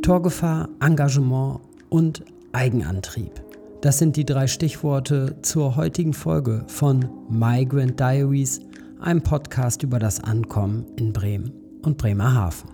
Torgefahr, Engagement und Eigenantrieb. Das sind die 3 Stichworte zur heutigen Folge von Migrant Diaries, einem Podcast über das Ankommen in Bremen und Bremerhaven.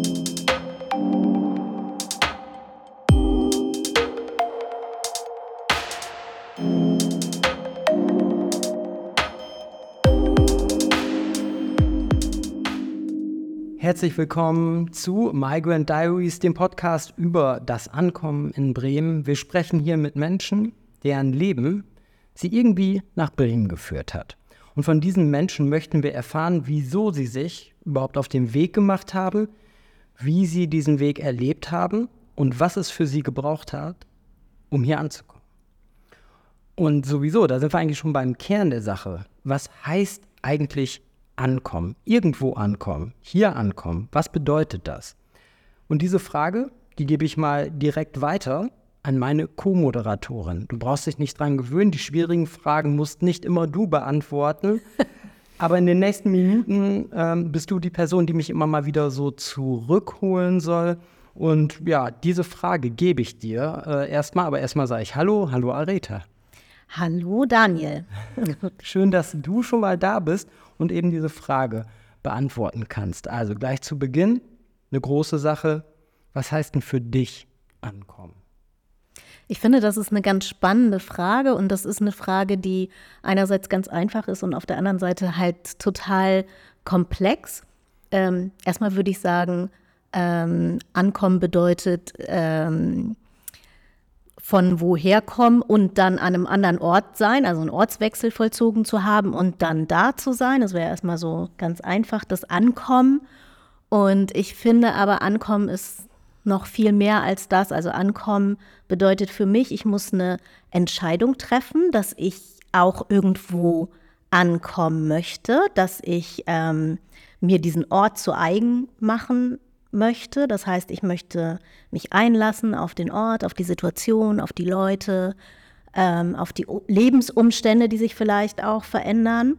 Herzlich willkommen zu Migrant Diaries, dem Podcast über das Ankommen in Bremen. Wir sprechen hier mit Menschen, deren Leben sie irgendwie nach Bremen geführt hat. Und von diesen Menschen möchten wir erfahren, wieso sie sich überhaupt auf den Weg gemacht haben, wie sie diesen Weg erlebt haben und was es für sie gebraucht hat, um hier anzukommen. Und sowieso, da sind wir eigentlich schon beim Kern der Sache. Was heißt eigentlich ankommen, irgendwo ankommen, hier ankommen? Was bedeutet das? Und diese Frage, die gebe ich mal direkt weiter an meine Co-Moderatorin. Du brauchst dich nicht dran gewöhnen, die schwierigen Fragen musst nicht immer du beantworten. Aber in den nächsten Minuten bist du die Person, die mich immer mal wieder so zurückholen soll. Und ja, diese Frage gebe ich dir erstmal. Aber erstmal sage ich Hallo Aretha. Hallo Daniel. Schön, dass du schon mal da bist und eben diese Frage beantworten kannst. Also gleich zu Beginn eine große Sache. Was heißt denn für dich ankommen? Ich finde, das ist eine ganz spannende Frage und das ist eine Frage, die einerseits ganz einfach ist und auf der anderen Seite halt total komplex. Erstmal würde ich sagen, ankommen bedeutet von woher kommen und dann an einem anderen Ort sein, also einen Ortswechsel vollzogen zu haben und dann da zu sein. Das wäre erstmal so ganz einfach, das Ankommen. Und ich finde aber, Ankommen ist noch viel mehr als das. Also Ankommen bedeutet für mich, ich muss eine Entscheidung treffen, dass ich auch irgendwo ankommen möchte, dass ich mir diesen Ort zu eigen machen möchte. Das heißt, ich möchte mich einlassen auf den Ort, auf die Situation, auf die Leute, auf die Lebensumstände, die sich vielleicht auch verändern.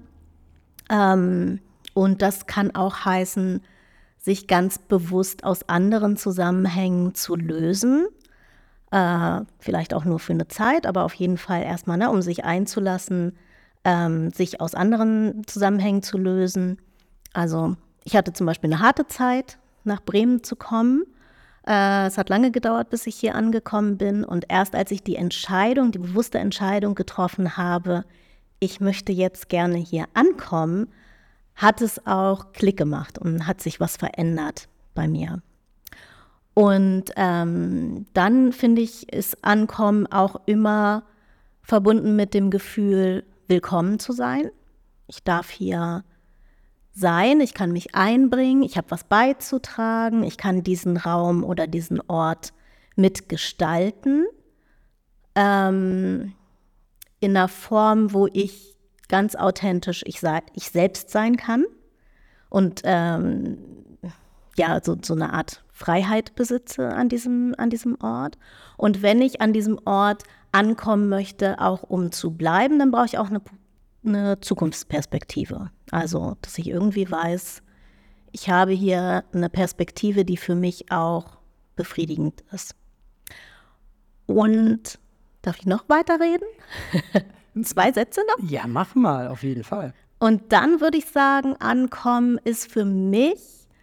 Und das kann auch heißen, sich ganz bewusst aus anderen Zusammenhängen zu lösen. Vielleicht auch nur für eine Zeit, aber auf jeden Fall erstmal, um sich einzulassen, sich aus anderen Zusammenhängen zu lösen. Also ich hatte zum Beispiel eine harte Zeit, nach Bremen zu kommen. Es hat lange gedauert, bis ich hier angekommen bin. Und erst als ich die bewusste Entscheidung getroffen habe, ich möchte jetzt gerne hier ankommen, hat es auch Klick gemacht und hat sich was verändert bei mir. Und dann finde ich, ist Ankommen auch immer verbunden mit dem Gefühl, willkommen zu sein. Ich darf hier sein, ich kann mich einbringen, ich habe was beizutragen, ich kann diesen Raum oder diesen Ort mitgestalten, in einer Form, wo ich ganz authentisch ich selbst sein kann und so eine Art Freiheit besitze an diesem Ort. Und wenn ich an diesem Ort ankommen möchte, auch um zu bleiben, dann brauche ich auch eine Zukunftsperspektive. Also, dass ich irgendwie weiß, ich habe hier eine Perspektive, die für mich auch befriedigend ist. Und darf ich noch weiterreden? 2 Sätze noch? Ja, mach mal, auf jeden Fall. Und dann würde ich sagen, Ankommen ist für mich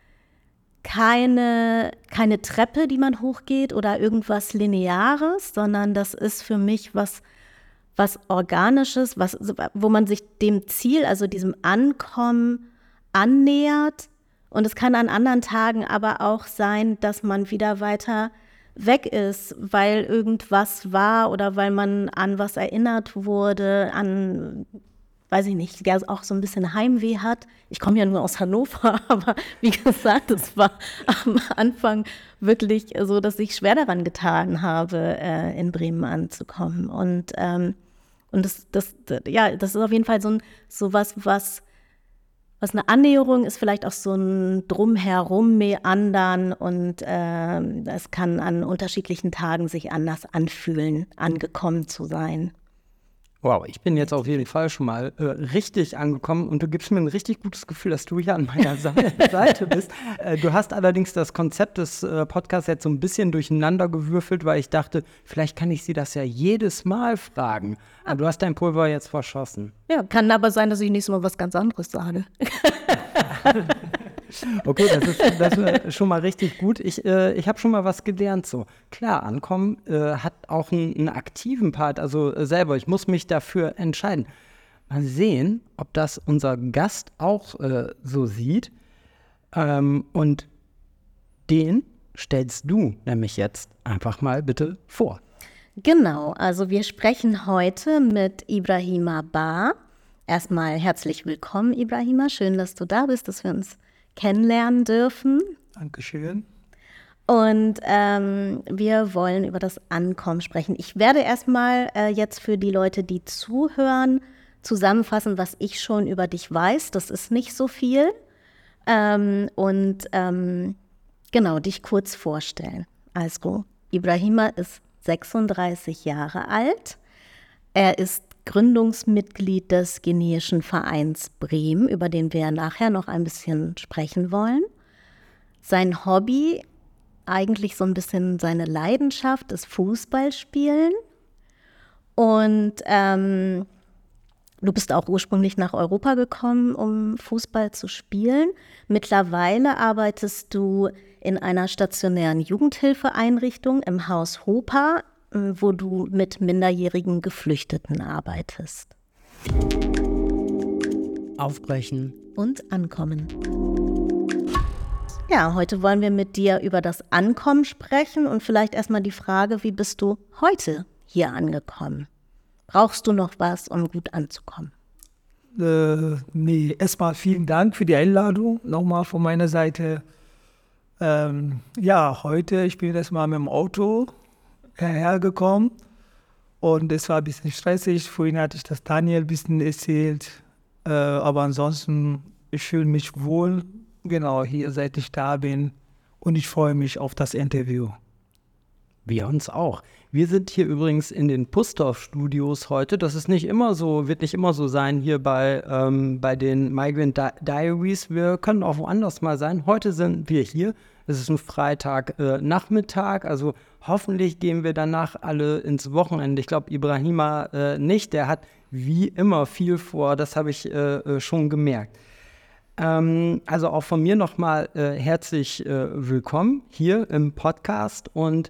keine Treppe, die man hochgeht oder irgendwas Lineares, sondern das ist für mich was Organisches, wo man sich dem Ziel, also diesem Ankommen, annähert. Und es kann an anderen Tagen aber auch sein, dass man wieder weiter weg ist, weil irgendwas war oder weil man an was erinnert wurde, an, weiß ich nicht, der auch so ein bisschen Heimweh hat. Ich komme ja nur aus Hannover, aber wie gesagt, es war am Anfang wirklich so, dass ich schwer daran getan habe, in Bremen anzukommen. Und das ist auf jeden Fall so was eine Annäherung ist, vielleicht auch so ein Drumherum meandern und es kann an unterschiedlichen Tagen sich anders anfühlen, angekommen zu sein. Wow, ich bin jetzt auf jeden Fall schon mal richtig angekommen und du gibst mir ein richtig gutes Gefühl, dass du hier an meiner Seite bist. Du hast allerdings das Konzept des Podcasts jetzt so ein bisschen durcheinander gewürfelt, weil ich dachte, vielleicht kann ich sie das ja jedes Mal fragen. Aber du hast dein Pulver jetzt verschossen. Ja, kann aber sein, dass ich nächstes Mal was ganz anderes sage. Okay, das ist schon mal richtig gut. Ich habe schon mal was gelernt. So, klar, Ankommen hat auch einen aktiven Part, also selber. Ich muss mich dafür entscheiden. Mal sehen, ob das unser Gast auch so sieht. Und den stellst du nämlich jetzt einfach mal bitte vor. Genau, also wir sprechen heute mit Ibrahima Ba. Erstmal herzlich willkommen, Ibrahima. Schön, dass du da bist, dass wir uns kennenlernen dürfen. Dankeschön. Und wir wollen über das Ankommen sprechen. Ich werde erstmal jetzt für die Leute, die zuhören, zusammenfassen, was ich schon über dich weiß. Das ist nicht so viel. Genau, dich kurz vorstellen. Also, Ibrahima ist 36 Jahre alt. Er ist Gründungsmitglied des Guineischen Vereins Bremen, über den wir nachher noch ein bisschen sprechen wollen. Sein Hobby, eigentlich so ein bisschen seine Leidenschaft, ist Fußballspielen. Und du bist auch ursprünglich nach Europa gekommen, um Fußball zu spielen. Mittlerweile arbeitest du in einer stationären Jugendhilfeeinrichtung im Haus Hopa, wo du mit minderjährigen Geflüchteten arbeitest. Aufbrechen Und ankommen. Ja, heute wollen wir mit dir über das Ankommen sprechen und vielleicht erstmal die Frage, wie bist du heute hier angekommen? Brauchst du noch was, um gut anzukommen? Nee, erstmal vielen Dank für die Einladung nochmal von meiner Seite. Heute, ich bin erstmal mit dem Auto hergekommen und es war ein bisschen stressig. Vorhin hatte ich das Daniel ein bisschen erzählt, aber ansonsten, ich fühle mich wohl, genau, hier seit ich da bin und ich freue mich auf das Interview. Wir uns auch. Wir sind hier übrigens in den Pustorf-Studios heute. Das ist nicht immer so, wird nicht immer so sein hier bei den Migrant Diaries. Wir können auch woanders mal sein. Heute sind wir hier. Es ist ein Freitagnachmittag, also hoffentlich gehen wir danach alle ins Wochenende. Ich glaube, Ibrahima nicht, der hat wie immer viel vor, das habe ich schon gemerkt. Also auch von mir nochmal herzlich willkommen hier im Podcast und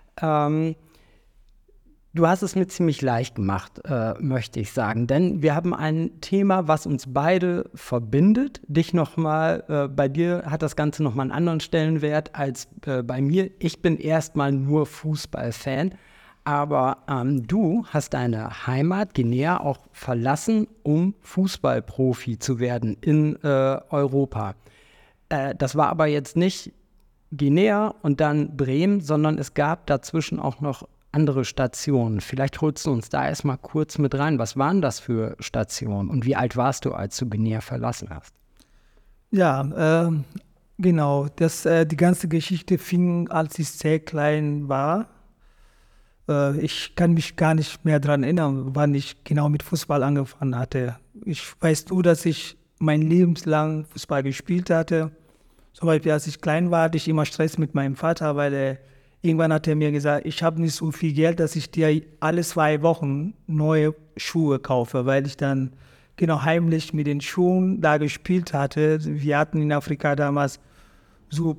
du hast es mir ziemlich leicht gemacht, möchte ich sagen, denn wir haben ein Thema, was uns beide verbindet. Dich nochmal, bei dir hat das Ganze nochmal einen anderen Stellenwert als bei mir. Ich bin erstmal nur Fußballfan, aber du hast deine Heimat Guinea auch verlassen, um Fußballprofi zu werden in Europa. Das war aber jetzt nicht Guinea und dann Bremen, sondern es gab dazwischen auch noch andere Stationen. Vielleicht holst du uns da erstmal kurz mit rein. Was waren das für Stationen und wie alt warst du, als du Guinea verlassen hast? Ja, genau. Die ganze Geschichte fing, als ich sehr klein war. Ich kann mich gar nicht mehr daran erinnern, wann ich genau mit Fußball angefangen hatte. Ich weiß nur, dass ich mein Leben lang Fußball gespielt hatte. Zum Beispiel, als ich klein war, hatte ich immer Stress mit meinem Vater, weil irgendwann hat er mir gesagt, ich habe nicht so viel Geld, dass ich dir alle 2 Wochen neue Schuhe kaufe, weil ich dann genau heimlich mit den Schuhen da gespielt hatte. Wir hatten in Afrika damals so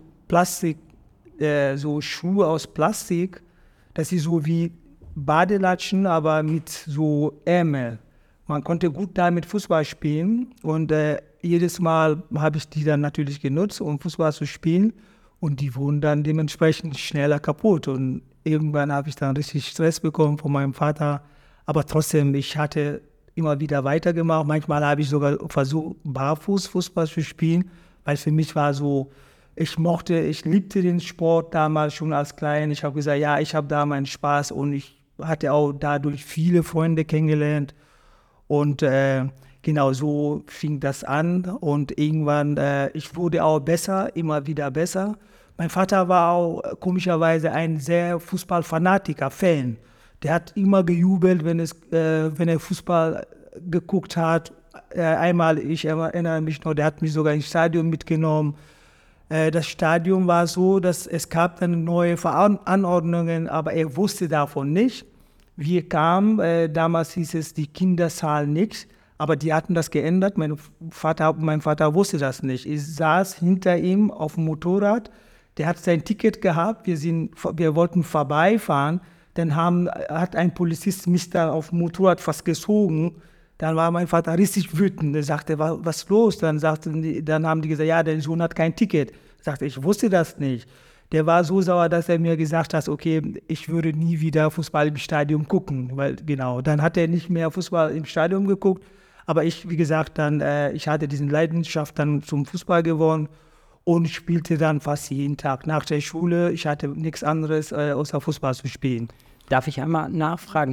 so Schuhe aus Plastik, das ist so wie Badelatschen, aber mit so Ärmel. Man konnte gut damit Fußball spielen und jedes Mal habe ich die dann natürlich genutzt, um Fußball zu spielen. Und die wurden dann dementsprechend schneller kaputt. Und irgendwann habe ich dann richtig Stress bekommen von meinem Vater. Aber trotzdem, ich hatte immer wieder weitergemacht. Manchmal habe ich sogar versucht, barfuß Fußball zu spielen, weil für mich war so, ich liebte den Sport damals schon als Klein. Ich habe gesagt, ja, ich habe da meinen Spaß und ich hatte auch dadurch viele Freunde kennengelernt. Und genau so fing das an und irgendwann, ich wurde auch besser, immer wieder besser. Mein Vater war auch komischerweise ein sehr Fußballfanatiker, Fan. Der hat immer gejubelt, wenn er Fußball geguckt hat. Einmal, ich erinnere mich noch, der hat mich sogar ins Stadion mitgenommen. Das Stadion war so, dass es gab dann neue Anordnungen, aber er wusste davon nicht. Wir kamen, damals hieß es die Kindersaal nicht, aber die hatten das geändert. Mein Vater wusste das nicht. Ich saß hinter ihm auf dem Motorrad, der hat sein Ticket gehabt, wir wollten vorbeifahren, dann hat ein Polizist mich da auf dem Motorrad fast gezogen. Dann war mein Vater richtig wütend. Er sagte, was ist los? Dann haben die gesagt, ja, dein Sohn hat kein Ticket. Ich sagte, ich wusste das nicht. Der war so sauer, dass er mir gesagt hat, okay, ich würde nie wieder Fußball im Stadion gucken. Dann hat er nicht mehr Fußball im Stadion geguckt. Aber ich, wie gesagt, ich hatte diese Leidenschaft dann zum Fußball gewonnen und spielte dann fast jeden Tag nach der Schule. Ich hatte nichts anderes, außer Fußball zu spielen. Darf ich einmal nachfragen?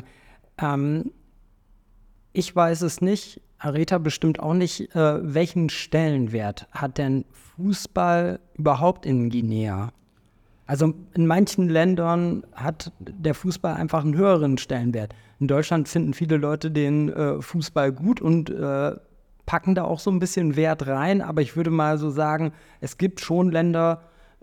Ich weiß es nicht, Aretha bestimmt auch nicht. Welchen Stellenwert hat denn Fußball überhaupt in Guinea? Also in manchen Ländern hat der Fußball einfach einen höheren Stellenwert. In Deutschland finden viele Leute den Fußball gut und packen da auch so ein bisschen Wert rein. Aber ich würde mal so sagen, es gibt schon Länder,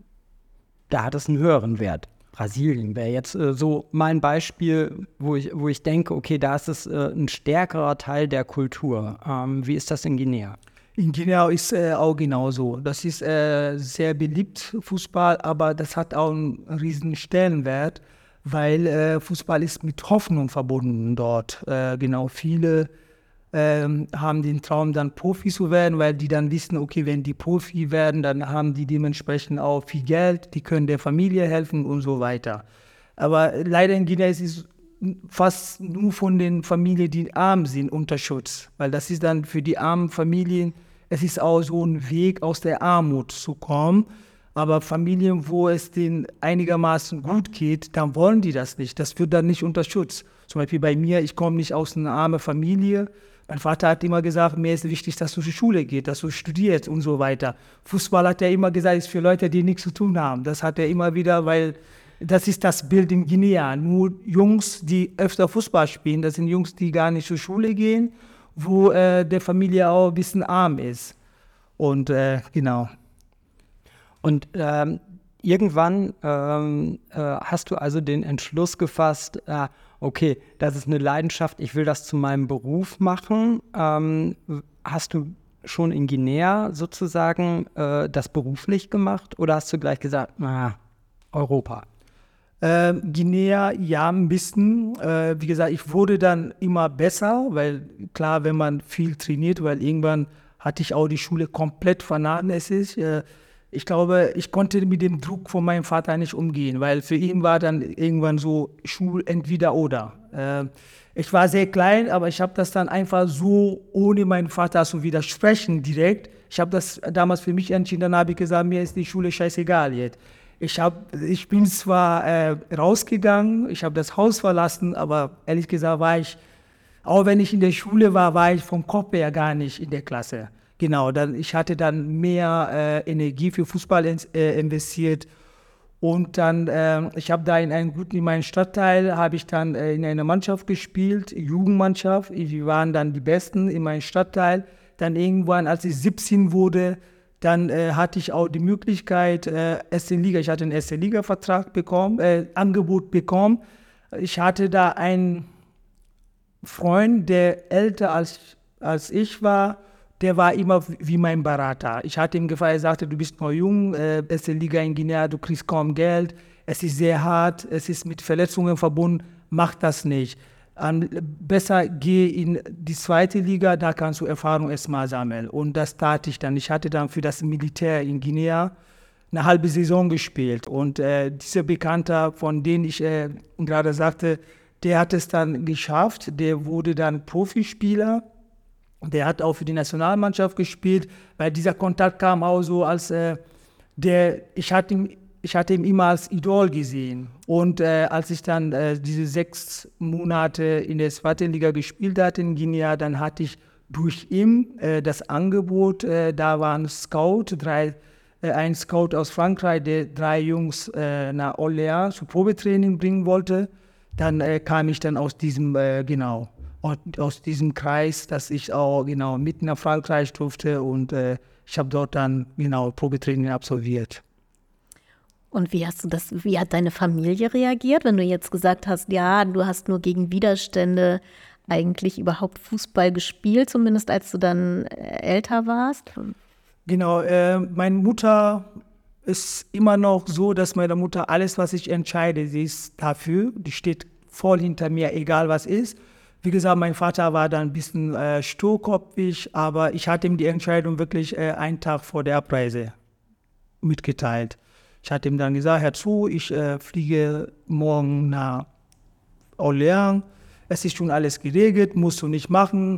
da hat es einen höheren Wert. Brasilien wäre jetzt so mein Beispiel, wo ich denke, okay, da ist es ein stärkerer Teil der Kultur. Wie ist das in Guinea? In Guinea ist auch genauso. Das ist sehr beliebt, Fußball, aber das hat auch einen riesen Stellenwert, weil Fußball ist mit Hoffnung verbunden dort. Viele haben den Traum, dann Profi zu werden, weil die dann wissen, okay, wenn die Profi werden, dann haben die dementsprechend auch viel Geld, die können der Familie helfen und so weiter. Aber leider in Guinea ist es fast nur von den Familien, die arm sind, unter Schutz. Weil das ist dann für die armen Familien, es ist auch so ein Weg, aus der Armut zu kommen. Aber Familien, wo es denen einigermaßen gut geht, dann wollen die das nicht. Das wird dann nicht unter Schutz. Zum Beispiel bei mir, ich komme nicht aus einer armen Familie. Mein Vater hat immer gesagt, mir ist wichtig, dass du zur Schule gehst, dass du studierst und so weiter. Fußball hat er immer gesagt, ist für Leute, die nichts zu tun haben. Das hat er immer wieder, weil das ist das Bild in Guinea. Nur Jungs, die öfter Fußball spielen, das sind Jungs, die gar nicht zur Schule gehen, wo der Familie auch ein bisschen arm ist. Und genau. Und irgendwann hast du also den Entschluss gefasst, okay, das ist eine Leidenschaft, ich will das zu meinem Beruf machen. Hast du schon in Guinea sozusagen das beruflich gemacht oder hast du gleich gesagt, Europa? Guinea, ja, ein bisschen. Wie gesagt, ich wurde dann immer besser, weil klar, wenn man viel trainiert, weil irgendwann hatte ich auch die Schule komplett vernachlässigt. Ich glaube, ich konnte mit dem Druck von meinem Vater nicht umgehen, weil für ihn war dann irgendwann so Schul entweder oder. Ich war sehr klein, aber ich habe das dann einfach so, ohne meinen Vater zu widersprechen direkt. Ich habe das damals für mich entschieden, dann habe ich gesagt, mir ist die Schule scheißegal jetzt. Ich bin zwar rausgegangen, ich habe das Haus verlassen, aber ehrlich gesagt auch wenn ich in der Schule war ich vom Kopf her gar nicht in der Klasse. Genau, ich hatte dann mehr Energie für Fußball investiert und dann, ich habe da in meinem Stadtteil, habe ich dann in einer Mannschaft gespielt, Jugendmannschaft, wir waren dann die Besten in meinem Stadtteil. Dann irgendwann, als ich 17 wurde, dann hatte ich auch die Möglichkeit, ich hatte einen Erste-Liga-Vertrag bekommen, Angebot bekommen. Ich hatte da einen Freund, der älter als ich war, der war immer wie mein Berater. Ich hatte ihm gefragt, er sagte, du bist noch jung, erste Liga in Guinea, du kriegst kaum Geld, es ist sehr hart, es ist mit Verletzungen verbunden, mach das nicht. Besser geh in die zweite Liga, da kannst du Erfahrung erstmal sammeln. Und das tat ich dann. Ich hatte dann für das Militär in Guinea eine halbe Saison gespielt. Und dieser Bekannter, von dem ich gerade sagte, der hat es dann geschafft, der wurde dann Profispieler. Der hat auch für die Nationalmannschaft gespielt, weil dieser Kontakt kam auch so als ich hatte ihn immer als Idol gesehen. Und als ich dann diese 6 Monate in der zweiten Liga gespielt hatte in Guinea, dann hatte ich durch ihn das Angebot, da war ein Scout aus Frankreich, der 3 Jungs nach Orléans zu Probetraining bringen wollte. dann kam ich dann aus diesem, aus diesem Kreis, dass ich auch mitten nach Frankreich durfte und ich habe dort dann Probetraining absolviert. Und wie hat deine Familie reagiert, wenn du jetzt gesagt hast, ja, du hast nur gegen Widerstände eigentlich überhaupt Fußball gespielt, zumindest als du dann älter warst? Genau, meine Mutter ist immer noch so, dass meine Mutter alles, was ich entscheide, sie ist dafür, die steht voll hinter mir, egal was ist. Wie gesagt, mein Vater war dann ein bisschen sturkopfig, aber ich hatte ihm die Entscheidung wirklich einen Tag vor der Abreise mitgeteilt. Ich hatte ihm dann gesagt, hör zu, ich fliege morgen nach Orléans, es ist schon alles geregelt, musst du nicht machen.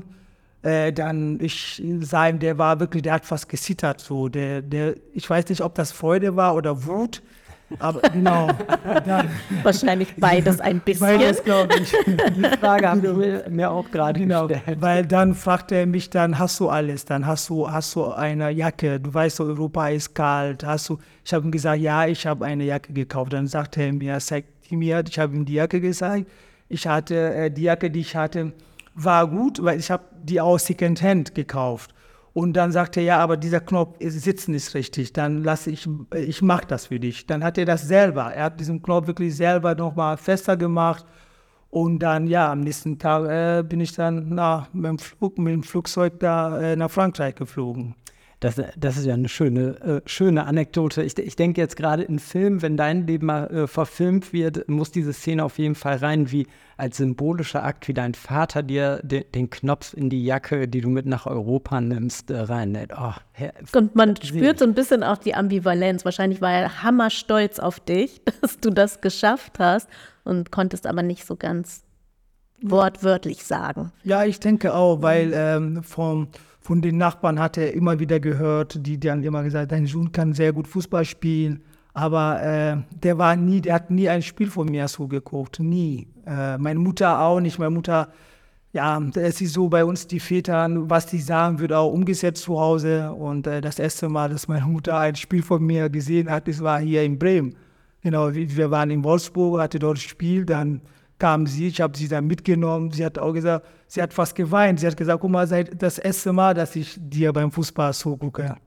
Ich sah ihm, der hat fast gezittert. So. Ich weiß nicht, ob das Freude war oder Wut, aber genau. Wahrscheinlich beides ein bisschen. Beides, glaube ich. Die Frage habe ich mir auch gerade gestellt. Weil dann fragte er mich, dann hast du alles, dann hast du eine Jacke, du weißt, Europa ist kalt, ich habe ihm gesagt, ja, ich habe eine Jacke gekauft. Dann sagte er mir, zeig die mir, ich habe ihm die Jacke gezeigt. Die Jacke, die ich hatte, war gut, weil ich habe die auch Secondhand gekauft. Und dann sagte er, ja, aber dieser Knopf sitzt nicht richtig, dann ich mache das für dich. Dann hat er das selber, er hat diesen Knopf wirklich selber nochmal fester gemacht. Und dann, ja, am nächsten Tag bin ich dann mit dem Flugzeug nach Frankreich geflogen. Das ist ja eine schöne Anekdote. Ich denke jetzt gerade in Filmen, wenn dein Leben mal verfilmt wird, muss diese Szene auf jeden Fall rein, wie als symbolischer Akt, wie dein Vater dir den Knopf in die Jacke, die du mit nach Europa nimmst, reinnäht. Und man spürt so ein bisschen auch die Ambivalenz. Wahrscheinlich war er hammerstolz auf dich, dass du das geschafft hast und konntest aber nicht so ganz wortwörtlich sagen. Ja, ich denke auch, weil von den Nachbarn hat er immer wieder gehört, die dann immer gesagt, dein Sohn kann sehr gut Fußball spielen, aber der hat nie ein Spiel von mir so geguckt, nie. Meine Mutter auch nicht, meine Mutter, ja, es ist so bei uns, die Väter, was die sagen, wird auch umgesetzt zu Hause und das erste Mal, dass meine Mutter ein Spiel von mir gesehen hat, das war hier in Bremen. Genau, wir waren in Wolfsburg, hatte dort ein Spiel, dann kam sie, ich habe sie dann mitgenommen, sie hat auch gesagt, sie hat fast geweint, sie hat gesagt, guck mal, seit das erste Mal, dass ich dir beim Fußball zugucke.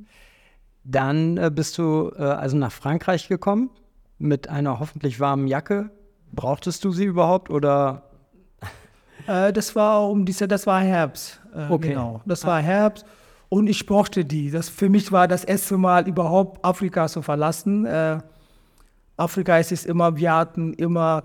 Dann bist du also nach Frankreich gekommen mit einer hoffentlich warmen Jacke. Brauchtest du sie überhaupt oder? Das war Herbst, okay. Genau, das war Herbst und ich brauchte die. Für mich war das erste Mal überhaupt Afrika zu verlassen. Afrika wir hatten immer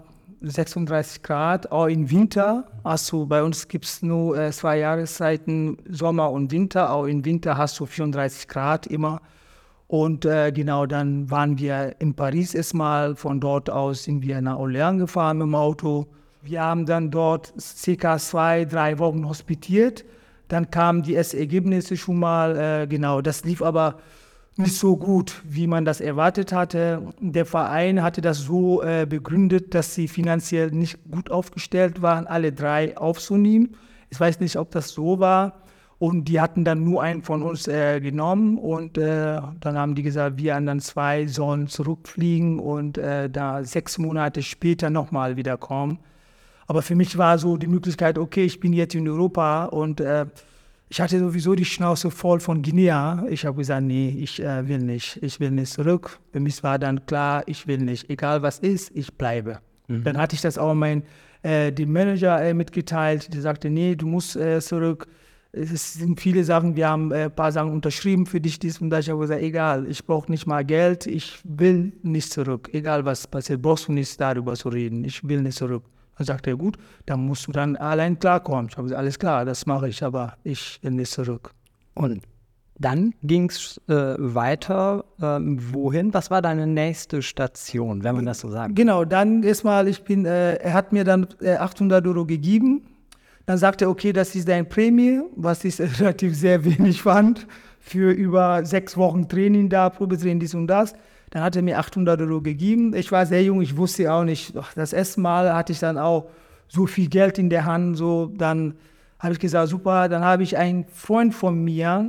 36 Grad, auch im Winter. Also bei uns gibt es nur 2 Jahreszeiten, Sommer und Winter. Auch im Winter hast du 34 Grad immer. Und dann waren wir in Paris erstmal. Von dort aus sind wir nach Orléans gefahren mit dem Auto. Wir haben dann dort ca. 2-3 Wochen hospitiert. Dann kamen die ersten Ergebnisse schon mal. Das lief aber nicht so gut, wie man das erwartet hatte. Der Verein hatte das so begründet, dass sie finanziell nicht gut aufgestellt waren, alle 3 aufzunehmen. Ich weiß nicht, ob das so war. Und die hatten dann nur einen von uns genommen und dann haben die gesagt, wir anderen 2 sollen zurückfliegen und da 6 Monate später nochmal wiederkommen. Aber für mich war so die Möglichkeit, okay, ich bin jetzt in Europa und ich hatte sowieso die Schnauze voll von Guinea. Ich habe gesagt, nee, ich will nicht zurück. Für mich war dann klar, ich will nicht. Egal was ist, ich bleibe. Dann hatte ich das auch dem Manager mitgeteilt. Der sagte, nee, du musst zurück. Es sind viele Sachen, wir haben ein paar Sachen unterschrieben für dich, dies und das. Ich habe gesagt, egal, ich brauche nicht mal Geld, ich will nicht zurück. Egal was passiert, brauchst du nicht darüber zu reden. Ich will nicht zurück. Dann sagte er, gut, dann musst du dann allein klarkommen. Ich habe gesagt, alles klar, das mache ich, aber ich will nicht zurück. Und dann ging es weiter. Wohin? Was war deine nächste Station, wenn man das so sagt? Genau, dann erstmal, er hat mir dann 800 € gegeben. Dann sagte er, okay, das ist deine Prämie, was ich relativ sehr wenig fand, für über 6 Wochen Training da, Probetraining, dies und das. Dann hat er mir 800 € gegeben. Ich war sehr jung, ich wusste auch nicht. Das erste Mal hatte ich dann auch so viel Geld in der Hand. So, dann habe ich gesagt, super. Dann habe ich einen Freund von mir,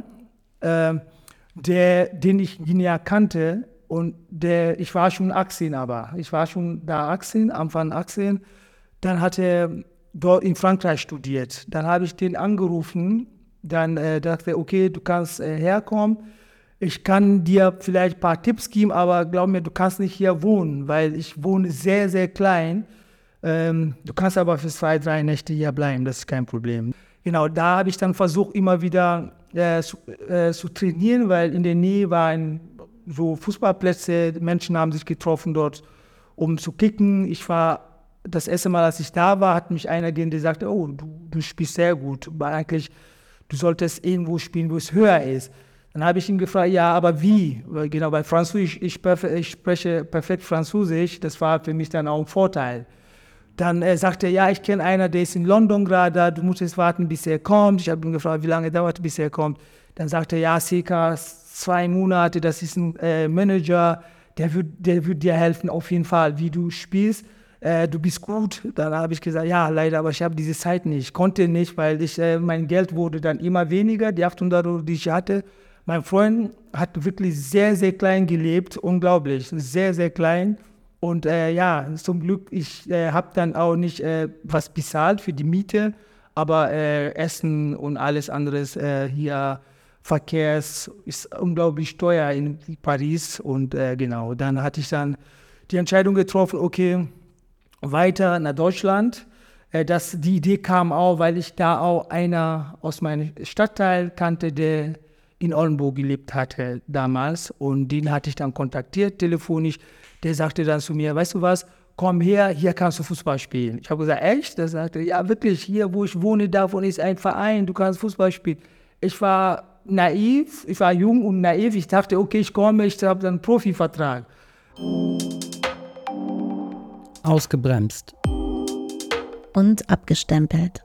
den ich Guinea kannte. Und ich war schon 18, aber ich war schon da 18, Anfang 18. Dann hat er dort in Frankreich studiert. Dann habe ich den angerufen. Dann dachte er, okay, du kannst herkommen. Ich kann dir vielleicht ein paar Tipps geben, aber glaub mir, du kannst nicht hier wohnen, weil ich wohne sehr, sehr klein. Du kannst aber für 2-3 Nächte hier bleiben, das ist kein Problem. Genau, da habe ich dann versucht, immer wieder zu trainieren, weil in der Nähe waren so Fußballplätze, Menschen haben sich getroffen dort, um zu kicken. Das erste Mal, als ich da war, hat mich einer gesehen, der sagte, oh, du spielst sehr gut, aber eigentlich, du solltest irgendwo spielen, wo es höher ist. Dann habe ich ihn gefragt, ja, aber wie? Genau, weil Französisch, ich spreche perfekt Französisch, das war für mich dann auch ein Vorteil. Dann sagte er, ja, ich kenne einen, der ist in London gerade, du musst jetzt warten, bis er kommt. Ich habe ihn gefragt, wie lange dauert, bis er kommt. Dann sagte er, ja, circa 2 Monate, das ist ein Manager, der wird dir helfen, auf jeden Fall, wie du spielst. Du bist gut. Dann habe ich gesagt, ja, leider, aber ich habe diese Zeit nicht. Ich konnte nicht, weil mein Geld wurde dann immer weniger, die 800 €, die ich hatte. Mein Freund hat wirklich sehr, sehr klein gelebt, unglaublich, sehr, sehr klein. Und zum Glück, ich habe dann auch nicht was bezahlt für die Miete, aber Essen und alles anderes hier, Verkehrs, ist unglaublich teuer in Paris. Und genau, dann hatte ich dann die Entscheidung getroffen, okay, weiter nach Deutschland. Die Idee kam auch, weil ich da auch einer aus meinem Stadtteil kannte, der in Oldenburg gelebt hatte damals, und den hatte ich dann kontaktiert, telefonisch. Der sagte dann zu mir, weißt du was, komm her, hier kannst du Fußball spielen. Ich habe gesagt, echt? Der sagte, ja wirklich, hier wo ich wohne, davon ist ein Verein, du kannst Fußball spielen. Ich war naiv, ich war jung und naiv, ich dachte, okay, ich komme, ich habe dann einen Profivertrag. Ausgebremst. Und abgestempelt.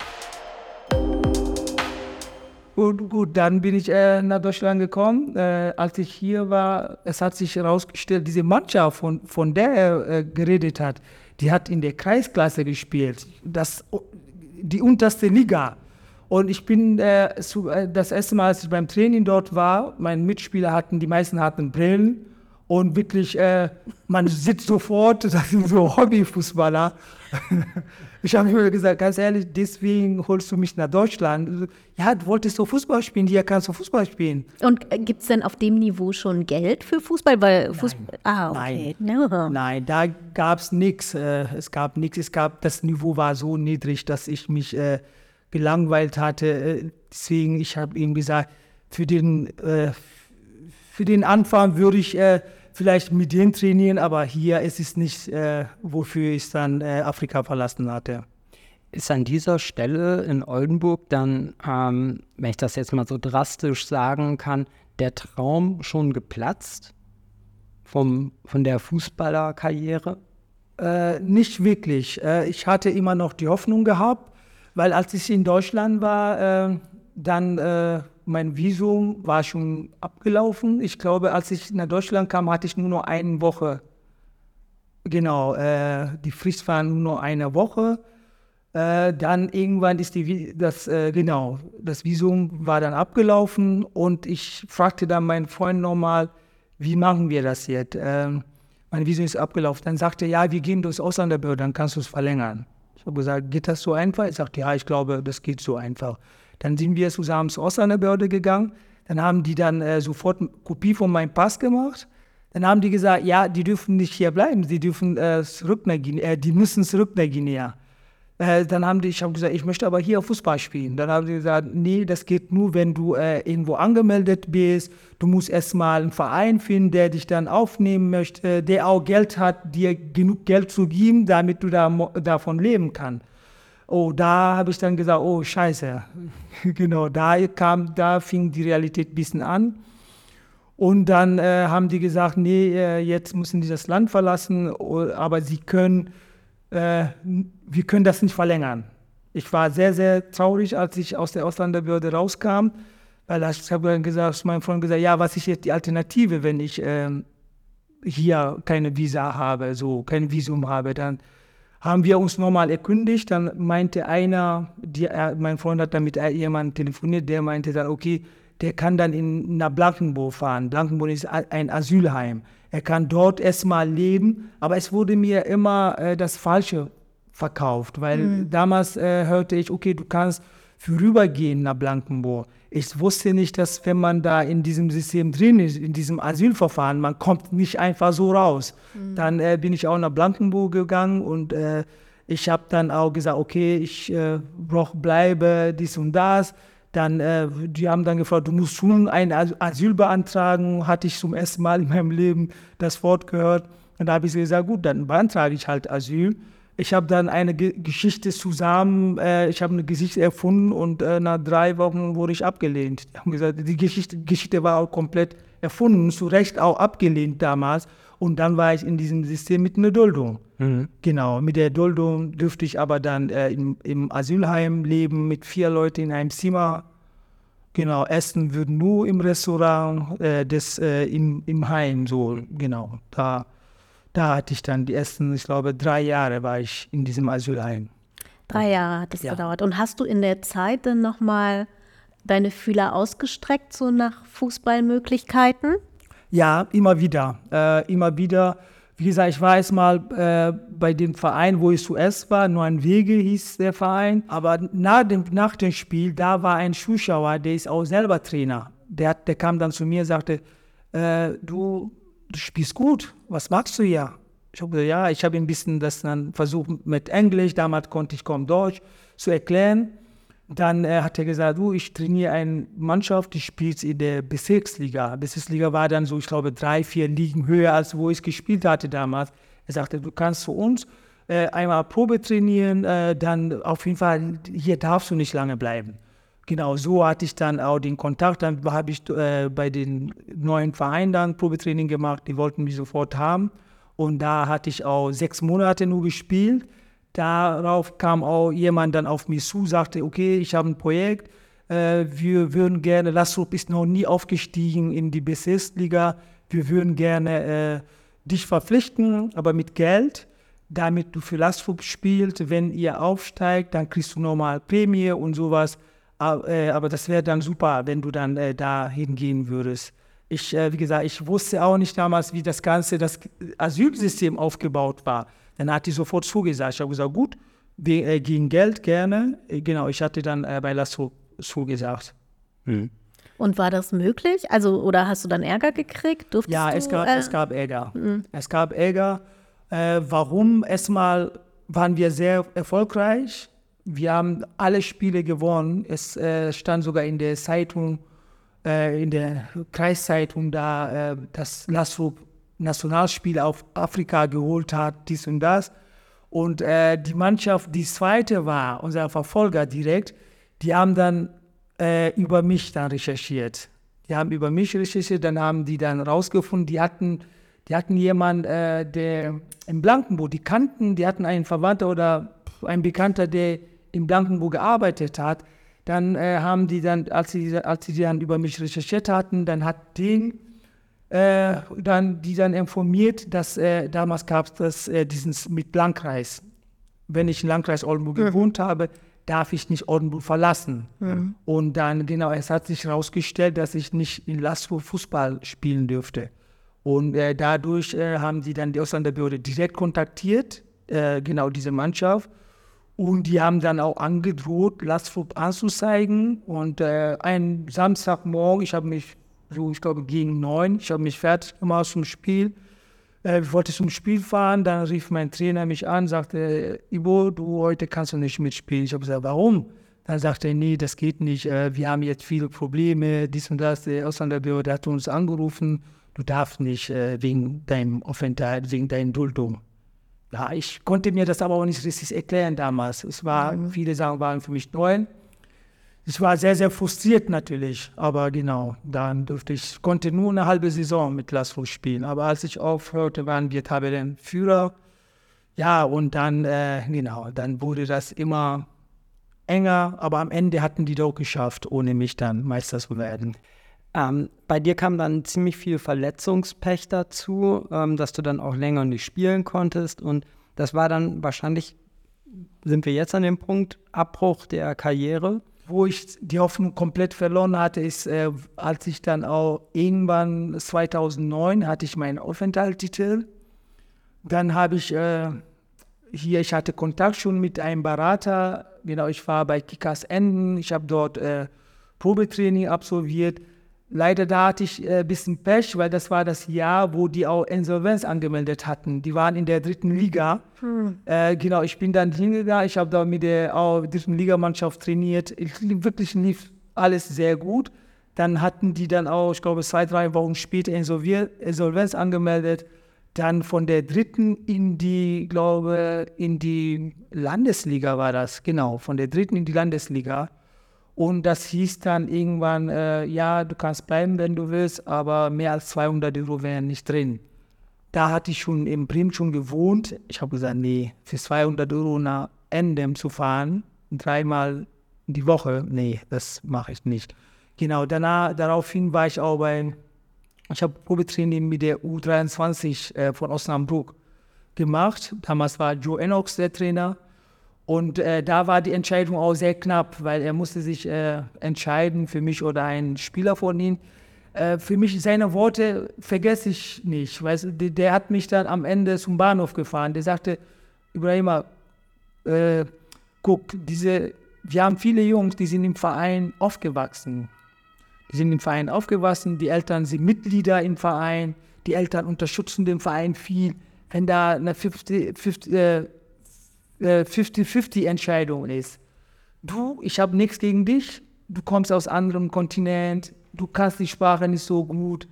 Und gut, dann bin ich nach Deutschland gekommen. Als ich hier war, es hat sich herausgestellt, diese Mannschaft, von der er geredet hat, die hat in der Kreisklasse gespielt, die unterste Liga. Und ich bin das erste Mal, als ich beim Training dort war, meine Mitspieler die meisten hatten Brillen. Und wirklich, man sieht sofort, das sind so Hobbyfußballer. Ich habe mir gesagt, ganz ehrlich, deswegen holst du mich nach Deutschland. Ja, du wolltest so Fußball spielen, hier kannst du Fußball spielen. Und gibt es denn auf dem Niveau schon Geld für Fußball? Weil okay. Nein, da gab es nichts. Es gab nichts. Das Niveau war so niedrig, dass ich mich gelangweilt hatte. Deswegen, ich habe ihm gesagt, für den Anfang würde ich vielleicht mit denen trainieren, aber hier ist es nicht, wofür ich dann Afrika verlassen hatte. Ist an dieser Stelle in Oldenburg dann, wenn ich das jetzt mal so drastisch sagen kann, der Traum schon geplatzt von der Fußballerkarriere? Nicht wirklich. Ich hatte immer noch die Hoffnung gehabt, weil als ich in Deutschland war, dann mein Visum war schon abgelaufen. Ich glaube, als ich nach Deutschland kam, hatte ich nur noch eine Woche. Genau, die Frist war nur noch eine Woche. Dann irgendwann ist das Visum war dann abgelaufen, und ich fragte dann meinen Freund nochmal, wie machen wir das jetzt? Mein Visum ist abgelaufen. Dann sagte er, ja, wir gehen durchs Ausländerbehörde, dann kannst du es verlängern. Ich habe gesagt, geht das so einfach? Er sagte, ja, ich glaube, das geht so einfach. Dann sind wir zusammen zur Ausländerbehörde gegangen. Dann haben die dann sofort eine Kopie von meinem Pass gemacht. Dann haben die gesagt, ja, die dürfen nicht hier bleiben, die dürfen zurück nach Guinea, die müssen zurück nach Guinea. Ich habe gesagt, ich möchte aber hier Fußball spielen. Dann haben sie gesagt, nee, das geht nur, wenn du irgendwo angemeldet bist. Du musst erstmal einen Verein finden, der dich dann aufnehmen möchte, der auch Geld hat, dir genug Geld zu geben, damit du davon leben kannst. Oh, da habe ich dann gesagt, oh, scheiße. Genau, da fing die Realität ein bisschen an. Und dann haben die gesagt, nee, jetzt müssen die das Land verlassen, aber wir können das nicht verlängern. Ich war sehr, sehr traurig, als ich aus der Ausländerbehörde rauskam, weil ich habe dann gesagt, zu meinem Freund gesagt, ja, was ist jetzt die Alternative, wenn ich hier keine Visa habe, so kein Visum habe, dann haben wir uns nochmal erkundigt. Dann meinte mein Freund hat dann mit jemandem telefoniert, der meinte dann, okay, der kann dann nach Blankenburg fahren. Blankenburg ist ein Asylheim. Er kann dort erstmal leben, aber es wurde mir immer das Falsche verkauft, weil damals hörte ich, okay, du kannst vorübergehen nach Blankenburg. Ich wusste nicht, dass wenn man da in diesem System drin ist, in diesem Asylverfahren, man kommt nicht einfach so raus. Dann bin ich auch nach Blankenburg gegangen und ich habe dann auch gesagt, okay, ich bleibe dies und das. Dann, die haben dann gefragt, du musst schon ein Asyl beantragen, hatte ich zum ersten Mal in meinem Leben das Wort gehört. Und da habe ich gesagt, gut, dann beantrage ich halt Asyl. Ich habe dann eine Geschichte zusammen, ich habe eine Geschichte erfunden und nach 3 Wochen wurde ich abgelehnt. Die haben gesagt, die Geschichte war auch komplett erfunden, zu Recht auch abgelehnt damals. Und dann war ich in diesem System mit einer Duldung. Genau, mit der Duldung dürfte ich aber dann im Asylheim leben, mit 4 Leuten in einem Zimmer. Genau, essen würden nur im Restaurant, im Heim, so, genau, Da hatte ich dann die ersten, ich glaube, 3 Jahre war ich in diesem Asylheim. 3 Jahre hat es gedauert. Und hast du in der Zeit dann nochmal deine Fühler ausgestreckt, so nach Fußballmöglichkeiten? Ja, immer wieder. Wie gesagt, ich war erst mal bei dem Verein, wo ich zuerst war, Nur ein Wege hieß der Verein. Aber nach dem Spiel, da war ein Zuschauer, der ist auch selber Trainer. Der kam dann zu mir und sagte, du spielst gut, was machst du hier? Ich habe gesagt, ja, ich habe ein bisschen das dann versucht mit Englisch, damals konnte ich kaum Deutsch, zu erklären. Dann hat er gesagt, ich trainiere eine Mannschaft, die spielt in der Bezirksliga. Bezirksliga war dann so, ich glaube, 3, 4 Ligen höher, als wo ich gespielt hatte damals. Er sagte, du kannst für uns einmal Probe trainieren, dann auf jeden Fall, hier darfst du nicht lange bleiben. Genau, so hatte ich dann auch den Kontakt. Dann habe ich bei den neuen Vereinen dann Probetraining gemacht. Die wollten mich sofort haben. Und da hatte ich auch 6 Monate nur gespielt. Darauf kam auch jemand dann auf mich zu, sagte, okay, ich habe ein Projekt. Wir würden gerne, Lastrup ist noch nie aufgestiegen in die Bezirksliga. Wir würden gerne dich verpflichten, aber mit Geld, damit du für Lastrup spielst. Wenn ihr aufsteigt, dann kriegst du nochmal Prämie und sowas. Aber das wäre dann super, wenn du dann da hingehen würdest. Wie gesagt, ich wusste auch nicht damals, wie das Asylsystem aufgebaut war. Dann hat die sofort zugesagt. Ich habe gesagt, gut, gegen Geld gerne. Genau, ich hatte dann bei Lasso zugesagt. Und war das möglich? Also, oder hast du dann Ärger gekriegt? Ja, es gab Ärger. Es gab Ärger. Warum? Erstmal waren wir sehr erfolgreich. Wir haben alle Spiele gewonnen. Es stand sogar in der Zeitung, in der Kreiszeitung da, dass Lastrup Nationalspiel auf Afrika geholt hat, dies und das. Und die Mannschaft, die zweite war, unser Verfolger direkt, die haben dann über mich dann recherchiert. Dann haben die dann rausgefunden, die hatten jemanden, der in Blankenburg, die hatten einen Verwandter oder einen Bekannter, der in Blankenburg gearbeitet hat. Dann haben die dann, als sie dann über mich recherchiert hatten, dann hat die dann informiert, dass damals gab es diesen mit Landkreis. Wenn ich im Landkreis Oldenburg gewohnt habe, darf ich nicht Oldenburg verlassen. Und dann, genau, es hat sich herausgestellt, dass ich nicht in Lastrup Fußball spielen dürfte. Und dadurch haben die dann die Ausländerbehörde direkt kontaktiert, genau diese Mannschaft. Und die haben dann auch angedroht, Lastrup anzuzeigen. Und einen Samstagmorgen, ich glaube gegen 9, ich habe mich fertig gemacht zum Spiel. Ich wollte zum Spiel fahren, dann rief mein Trainer mich an, sagte, Ivo, du heute kannst du nicht mitspielen. Ich habe gesagt, warum? Dann sagte er, nee, das geht nicht, wir haben jetzt viele Probleme, dies und das. Der Ausländerbehörde hat uns angerufen, du darfst nicht wegen deinem Aufenthalt, wegen deiner Duldung. Ja, ich konnte mir das aber auch nicht richtig erklären damals. Viele Sachen waren für mich neu. Ich war sehr, sehr frustriert natürlich, aber genau, konnte nur eine halbe Saison mit Lastrup spielen. Aber als ich aufhörte, waren wir Tabellenführer. Ja, und dann, dann wurde das immer enger, aber am Ende hatten die doch geschafft, ohne mich dann Meister zu werden. Bei dir kam dann ziemlich viel Verletzungspech dazu, dass du dann auch länger nicht spielen konntest. Und das war dann wahrscheinlich, sind wir jetzt an dem Punkt, Abbruch der Karriere. Wo ich die Hoffnung komplett verloren hatte, ist, als ich dann auch irgendwann 2009 hatte ich meinen Aufenthaltstitel. Dann habe ich hier, ich hatte Kontakt schon mit einem Berater. Genau, ich war bei Kickers Emden. Ich habe dort Probetraining absolviert. Leider da hatte ich ein bisschen Pech, weil das war das Jahr, wo die auch Insolvenz angemeldet hatten. Die waren in der 3. Liga. Genau, ich bin dann hingegangen. Ich habe da mit der 3. Ligamannschaft trainiert. Wirklich lief alles sehr gut. Dann hatten die dann auch, ich glaube, 2-3 Wochen später Insolvenz angemeldet. Dann von der 3. in die Landesliga war das. Genau, von der 3. in die Landesliga. Und das hieß dann irgendwann, ja, du kannst bleiben, wenn du willst, aber mehr als 200 € wären nicht drin. Da hatte ich schon in Bremen schon gewohnt. Ich habe gesagt, nee, für 200 € nach Emden zu fahren, 3-mal die Woche, nee, das mache ich nicht. Genau, daraufhin war ich auch ich habe Probetraining mit der U23 von Osnabrück gemacht. Damals war Joe Enox der Trainer. Und da war die Entscheidung auch sehr knapp, weil er musste sich entscheiden für mich oder einen Spieler von ihm. Für mich, seine Worte vergesse ich nicht. Weißt, der hat mich dann am Ende zum Bahnhof gefahren. Der sagte, Ibrahima, guck, wir haben viele Jungs, die sind im Verein aufgewachsen. Die Eltern sind Mitglieder im Verein, die Eltern unterstützen den Verein viel. Wenn da eine 50-50-Entscheidung ist. Ich habe nichts gegen dich, du kommst aus anderem Kontinent, du kannst die Sprache nicht so gut,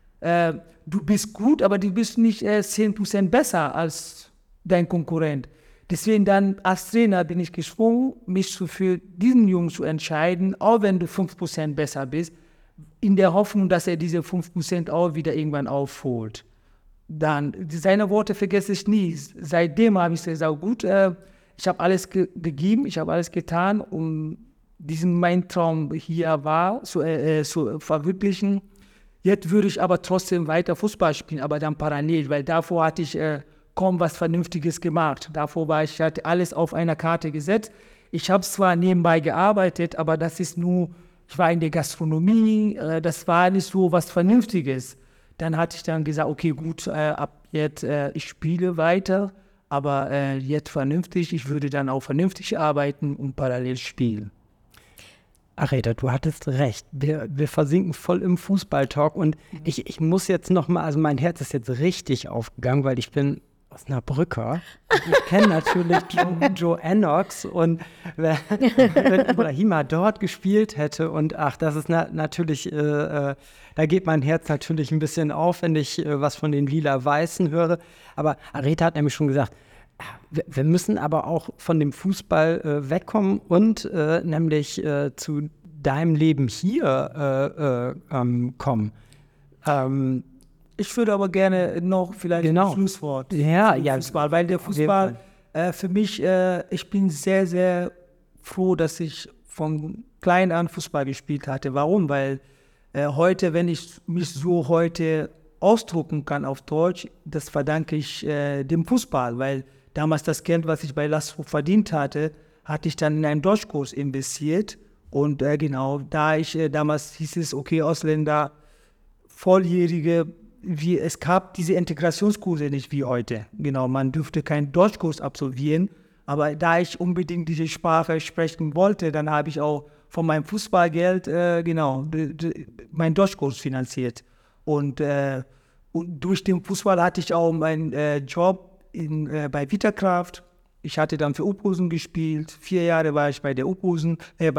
du bist gut, aber du bist nicht 10% besser als dein Konkurrent. Deswegen dann als Trainer bin ich gezwungen, mich für diesen Jungen zu entscheiden, auch wenn du 5% besser bist, in der Hoffnung, dass er diese 5% auch wieder irgendwann aufholt. Dann, seine Worte vergesse ich nie. Seitdem habe ich gesagt, gut, ich habe alles gegeben, ich habe alles getan, um mein Traum hier zu verwirklichen. Jetzt würde ich aber trotzdem weiter Fußball spielen, aber dann parallel, weil davor hatte ich kaum was Vernünftiges gemacht. Ich hatte alles auf einer Karte gesetzt. Ich habe zwar nebenbei gearbeitet, aber ich war in der Gastronomie, das war nicht so was Vernünftiges. Dann hatte ich dann gesagt, okay, gut, ab jetzt, ich spiele weiter, aber jetzt vernünftig, ich würde dann auch vernünftig arbeiten und parallel spielen. Areta, du hattest recht. Wir versinken voll im Fußballtalk und ich muss jetzt nochmal, also mein Herz ist jetzt richtig aufgegangen, weil ich bin Osnabrücker. Ich kenne natürlich Joe Enox und wenn Ibrahima dort gespielt hätte und das ist natürlich, da geht mein Herz natürlich ein bisschen auf, wenn ich was von den Lila-Weißen höre. Aber Areta hat nämlich schon gesagt, wir müssen aber auch von dem Fußball wegkommen und nämlich zu deinem Leben hier kommen. Ich würde aber gerne noch vielleicht ein Schlusswort Fußball, weil der Fußball für mich, ich bin sehr, sehr froh, dass ich von klein an Fußball gespielt hatte. Warum? Weil heute, wenn ich mich so heute ausdrucken kann auf Deutsch, das verdanke ich dem Fußball, weil damals das Geld, was ich bei Lasthof verdient hatte, hatte ich dann in einen Deutschkurs investiert und damals hieß es, okay, Ausländer, Volljährige, es gab diese Integrationskurse nicht wie heute. Genau, man dürfte keinen Deutschkurs absolvieren, aber da ich unbedingt diese Sprache sprechen wollte, dann habe ich auch von meinem Fußballgeld meinen Deutschkurs finanziert. Und durch den Fußball hatte ich auch meinen Job bei Vitakraft. Ich hatte dann für Uphusen gespielt. 4 Jahre war ich bei Uphusen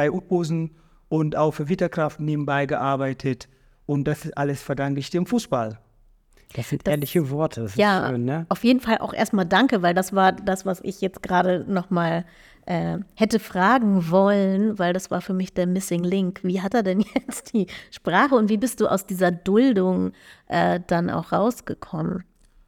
und auch für Vitakraft nebenbei gearbeitet. Und das alles verdanke ich dem Fußball. Das sind ehrliche Worte, das ist schön, ne? Auf jeden Fall auch erstmal danke, weil das war das, was ich jetzt gerade nochmal hätte fragen wollen, weil das war für mich der Missing Link. Wie hat er denn jetzt die Sprache und wie bist du aus dieser Duldung dann auch rausgekommen?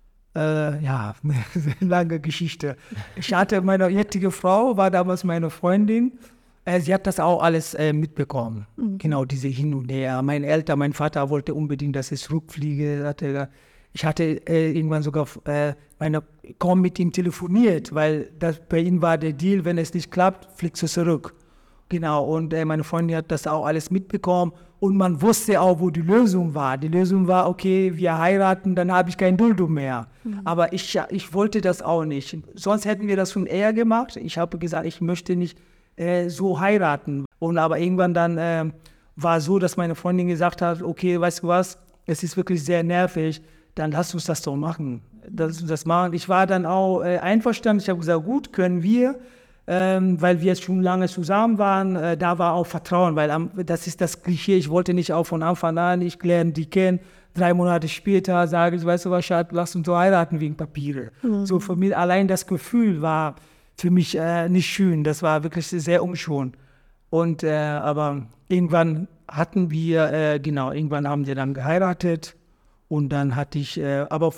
Lange Geschichte. Ich hatte meine jetzige Frau, war damals meine Freundin. Sie hat das auch alles mitbekommen. Genau, diese Hin und Her. Mein Vater wollte unbedingt, dass ich zurückfliege. Ich hatte irgendwann sogar kaum mit ihm telefoniert, weil bei ihm war der Deal, wenn es nicht klappt, fliegst du zurück. Genau, und meine Freundin hat das auch alles mitbekommen Und man wusste auch, wo die Lösung war. Die Lösung war, okay, wir heiraten, dann habe ich kein Duldo mehr. Aber ich wollte das auch nicht. Sonst hätten wir das schon eher gemacht. Ich habe gesagt, ich möchte nicht so heiraten. Und aber irgendwann dann war so, dass meine Freundin gesagt hat, okay, weißt du was, es ist wirklich sehr nervig, dann lass uns das doch machen. Das machen. Ich war dann auch einverstanden. Ich habe gesagt, gut, können wir. Weil wir jetzt schon lange zusammen waren, da war auch Vertrauen, weil das ist das Klischee, ich wollte nicht auch von Anfang an, ich lerne die kennen, 3 Monate später sage ich, weißt du was, Schatz, lass uns so heiraten wegen Papiere. So für mich allein das Gefühl war für mich nicht schön, das war wirklich sehr unschön. Und aber irgendwann hatten wir, irgendwann haben wir dann geheiratet und dann hatte ich, aber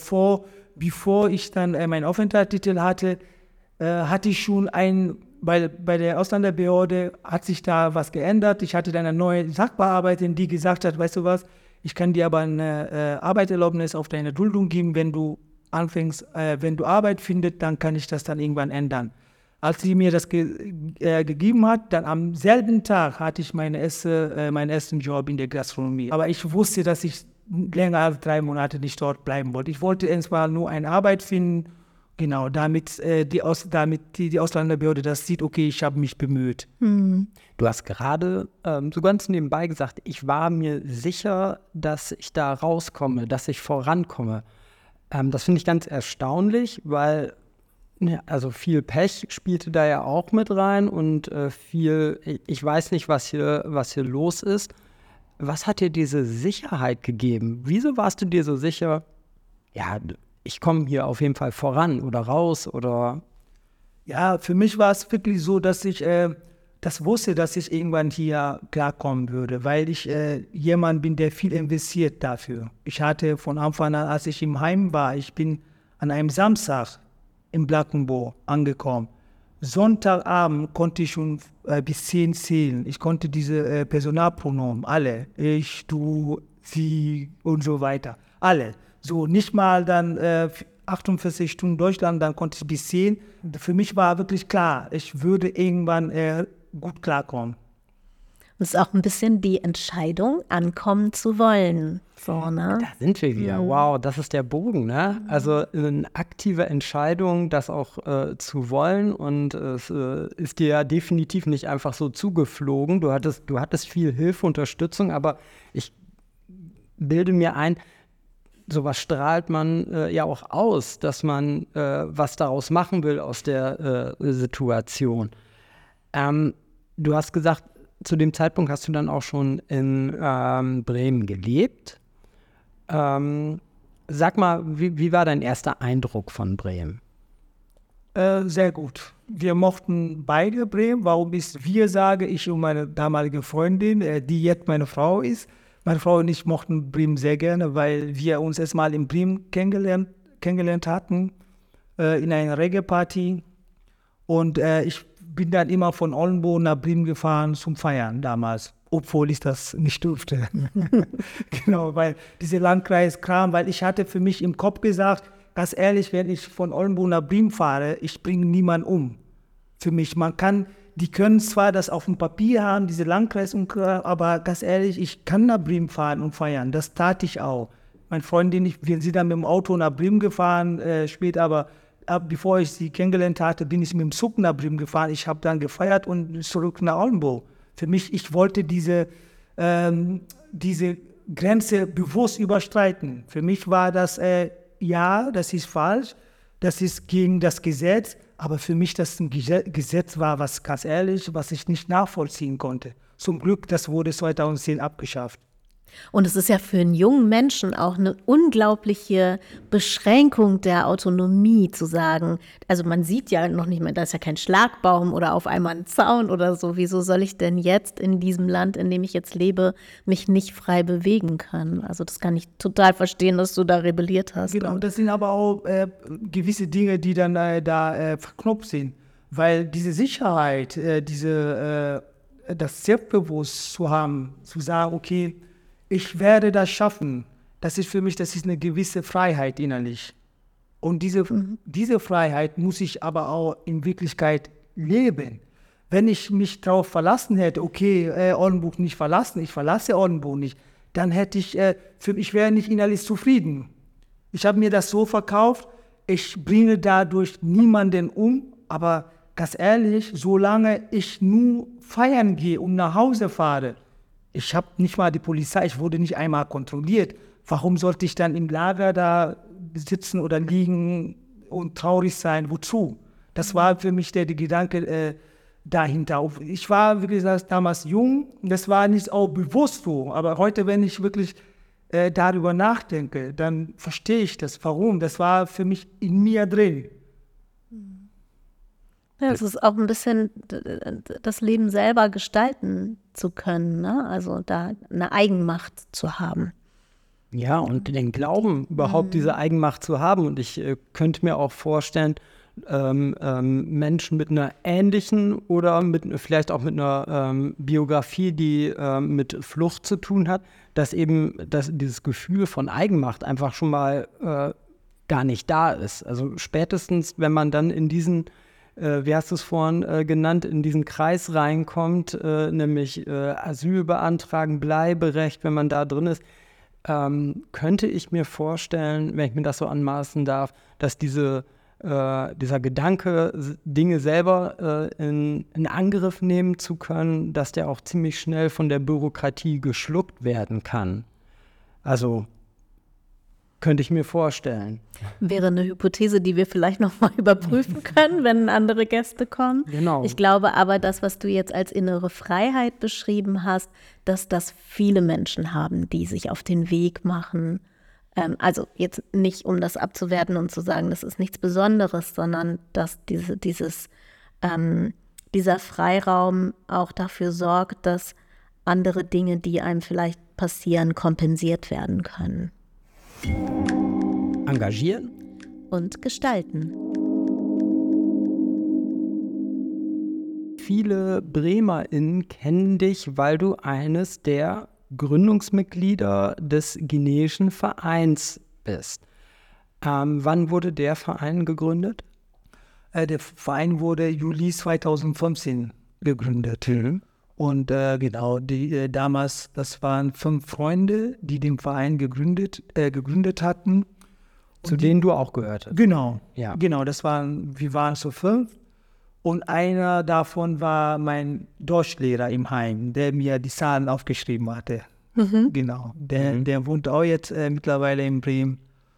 bevor ich dann meinen Aufenthaltstitel hatte ich schon bei der Ausländerbehörde hat sich da was geändert. Ich hatte dann eine neue Sachbearbeiterin, die gesagt hat, weißt du was, ich kann dir aber eine Arbeitserlaubnis auf deine Duldung geben, wenn du anfängst, wenn du Arbeit findest, dann kann ich das dann irgendwann ändern. Als sie mir das gegeben hat, dann am selben Tag hatte ich meinen ersten Job in der Gastronomie. Aber ich wusste, dass ich länger als 3 Monate nicht dort bleiben wollte. Ich wollte erstmal nur eine Arbeit finden, genau, damit die Ausländerbehörde das sieht, okay, ich habe mich bemüht. Du hast gerade so ganz nebenbei gesagt, ich war mir sicher, dass ich da rauskomme, dass ich vorankomme. Das finde ich ganz erstaunlich, weil also viel Pech spielte da ja auch mit rein und ich weiß nicht, was hier los ist. Was hat dir diese Sicherheit gegeben? Wieso warst du dir so sicher, ja, ich komme hier auf jeden Fall voran oder raus oder? Ja, für mich war es wirklich so, dass ich das wusste, dass ich irgendwann hier klarkommen würde, weil ich jemand bin, der viel investiert dafür. Ich hatte von Anfang an, als ich im Heim war, ich bin an einem Samstag in Blankenburg angekommen. Sonntagabend konnte ich schon bis 10 zählen. Ich konnte diese Personalpronomen, alle, ich, du, sie und so weiter, alle. So, nicht mal dann 48 Stunden Deutschland, dann konnte ich bis 10. Für mich war wirklich klar, ich würde irgendwann gut klarkommen. Das ist auch ein bisschen die Entscheidung, ankommen zu wollen. So, ne? Da sind wir wieder. Wow, das ist der Bogen, ne? Also eine aktive Entscheidung, das auch zu wollen. Und es ist dir ja definitiv nicht einfach so zugeflogen. Du hattest viel Hilfe, Unterstützung, aber ich bilde mir ein, sowas strahlt man ja auch aus, dass man was daraus machen will aus der Situation. Du hast gesagt, zu dem Zeitpunkt hast du dann auch schon in Bremen gelebt. Sag mal, wie war dein erster Eindruck von Bremen? Sehr gut. Wir mochten beide Bremen. Warum ist wir, sage ich und meine damalige Freundin, die jetzt meine Frau ist. Meine Frau und ich mochten Bremen sehr gerne, weil wir uns erstmal in Bremen kennengelernt hatten, in einer Reggae-Party. Und ich bin dann immer von Oldenburg nach Bremen gefahren zum Feiern damals, obwohl ich das nicht durfte. Genau, weil dieser Landkreiskram, weil ich hatte für mich im Kopf gesagt, ganz ehrlich, wenn ich von Oldenburg nach Bremen fahre, ich bringe niemanden um. Für mich, die können zwar das auf dem Papier haben, diese Landkreis, aber ganz ehrlich, ich kann nach Bremen fahren und feiern. Das tat ich auch. Meine Freundin, wir sind dann mit dem Auto nach Bremen gefahren, später aber, bevor ich sie kennengelernt hatte, bin ich mit dem Zug nach Bremen gefahren. Ich habe dann gefeiert und zurück nach Oldenburg. Für mich, ich wollte diese Grenze bewusst überschreiten. Für mich war das, ja, das ist falsch, das ist gegen das Gesetz, aber für mich das ein Gesetz war, was ganz ehrlich, was ich nicht nachvollziehen konnte. Zum Glück, das wurde 2010 abgeschafft. Und es ist ja für einen jungen Menschen auch eine unglaubliche Beschränkung der Autonomie zu sagen, also man sieht ja noch nicht mehr, da ist ja kein Schlagbaum oder auf einmal ein Zaun oder so. Wieso soll ich denn jetzt in diesem Land, in dem ich jetzt lebe, mich nicht frei bewegen können? Also das kann ich total verstehen, dass du da rebelliert hast. Genau, das sind aber auch gewisse Dinge, die dann da verknüpft sind. Weil diese Sicherheit, das Selbstbewusstsein zu haben, zu sagen, okay, ich werde das schaffen. Das ist für mich, das ist eine gewisse Freiheit innerlich. Und diese Freiheit muss ich aber auch in Wirklichkeit leben. Wenn ich mich darauf verlassen hätte, okay, Oldenburg nicht verlassen, ich verlasse Oldenburg nicht, dann hätte ich wäre nicht innerlich zufrieden. Ich habe mir das so verkauft, ich bringe dadurch niemanden um, aber ganz ehrlich, solange ich nur feiern gehe und nach Hause fahre, ich habe nicht mal die Polizei, ich wurde nicht einmal kontrolliert. Warum sollte ich dann im Lager da sitzen oder liegen und traurig sein? Wozu? Das war für mich der Gedanke dahinter. Ich war, wie gesagt, damals jung, das war nicht auch bewusst so, aber heute, wenn ich wirklich darüber nachdenke, dann verstehe ich das, warum. Das war für mich in mir drin. Ja, es ist auch ein bisschen das Leben selber gestalten zu können, ne? Also da eine Eigenmacht zu haben. Ja, und den Glauben, überhaupt diese Eigenmacht zu haben. Und ich könnte mir auch vorstellen, Menschen mit einer ähnlichen oder vielleicht auch mit einer Biografie, die mit Flucht zu tun hat, dass eben dieses Gefühl von Eigenmacht einfach schon mal gar nicht da ist. Also spätestens, wenn man dann in diesen wie hast du es vorhin genannt, in diesen Kreis reinkommt, nämlich Asyl beantragen, Bleiberecht, wenn man da drin ist, könnte ich mir vorstellen, wenn ich mir das so anmaßen darf, dass dieser Gedanke, Dinge selber in Angriff nehmen zu können, dass der auch ziemlich schnell von der Bürokratie geschluckt werden kann. Also könnte ich mir vorstellen. Wäre eine Hypothese, die wir vielleicht noch mal überprüfen können, wenn andere Gäste kommen. Genau. Ich glaube aber, das, was du jetzt als innere Freiheit beschrieben hast, dass das viele Menschen haben, die sich auf den Weg machen. Also jetzt nicht, um das abzuwerten und zu sagen, das ist nichts Besonderes, sondern dass dieser Freiraum auch dafür sorgt, dass andere Dinge, die einem vielleicht passieren, kompensiert werden können. Engagieren und gestalten. Viele BremerInnen kennen dich, weil du eines der Gründungsmitglieder des Guineischen Vereins bist. Wann wurde der Verein gegründet? Der Verein wurde Juli 2015 gegründet. Und genau, damals, das waren 5 Freunde, die den Verein gegründet hatten. Zu denen du auch gehört hast. Genau, ja. Genau, wir waren so 5. Und einer davon war mein Deutschlehrer im Heim, der mir die Zahlen aufgeschrieben hatte. Genau, der wohnt auch jetzt mittlerweile in Bremen.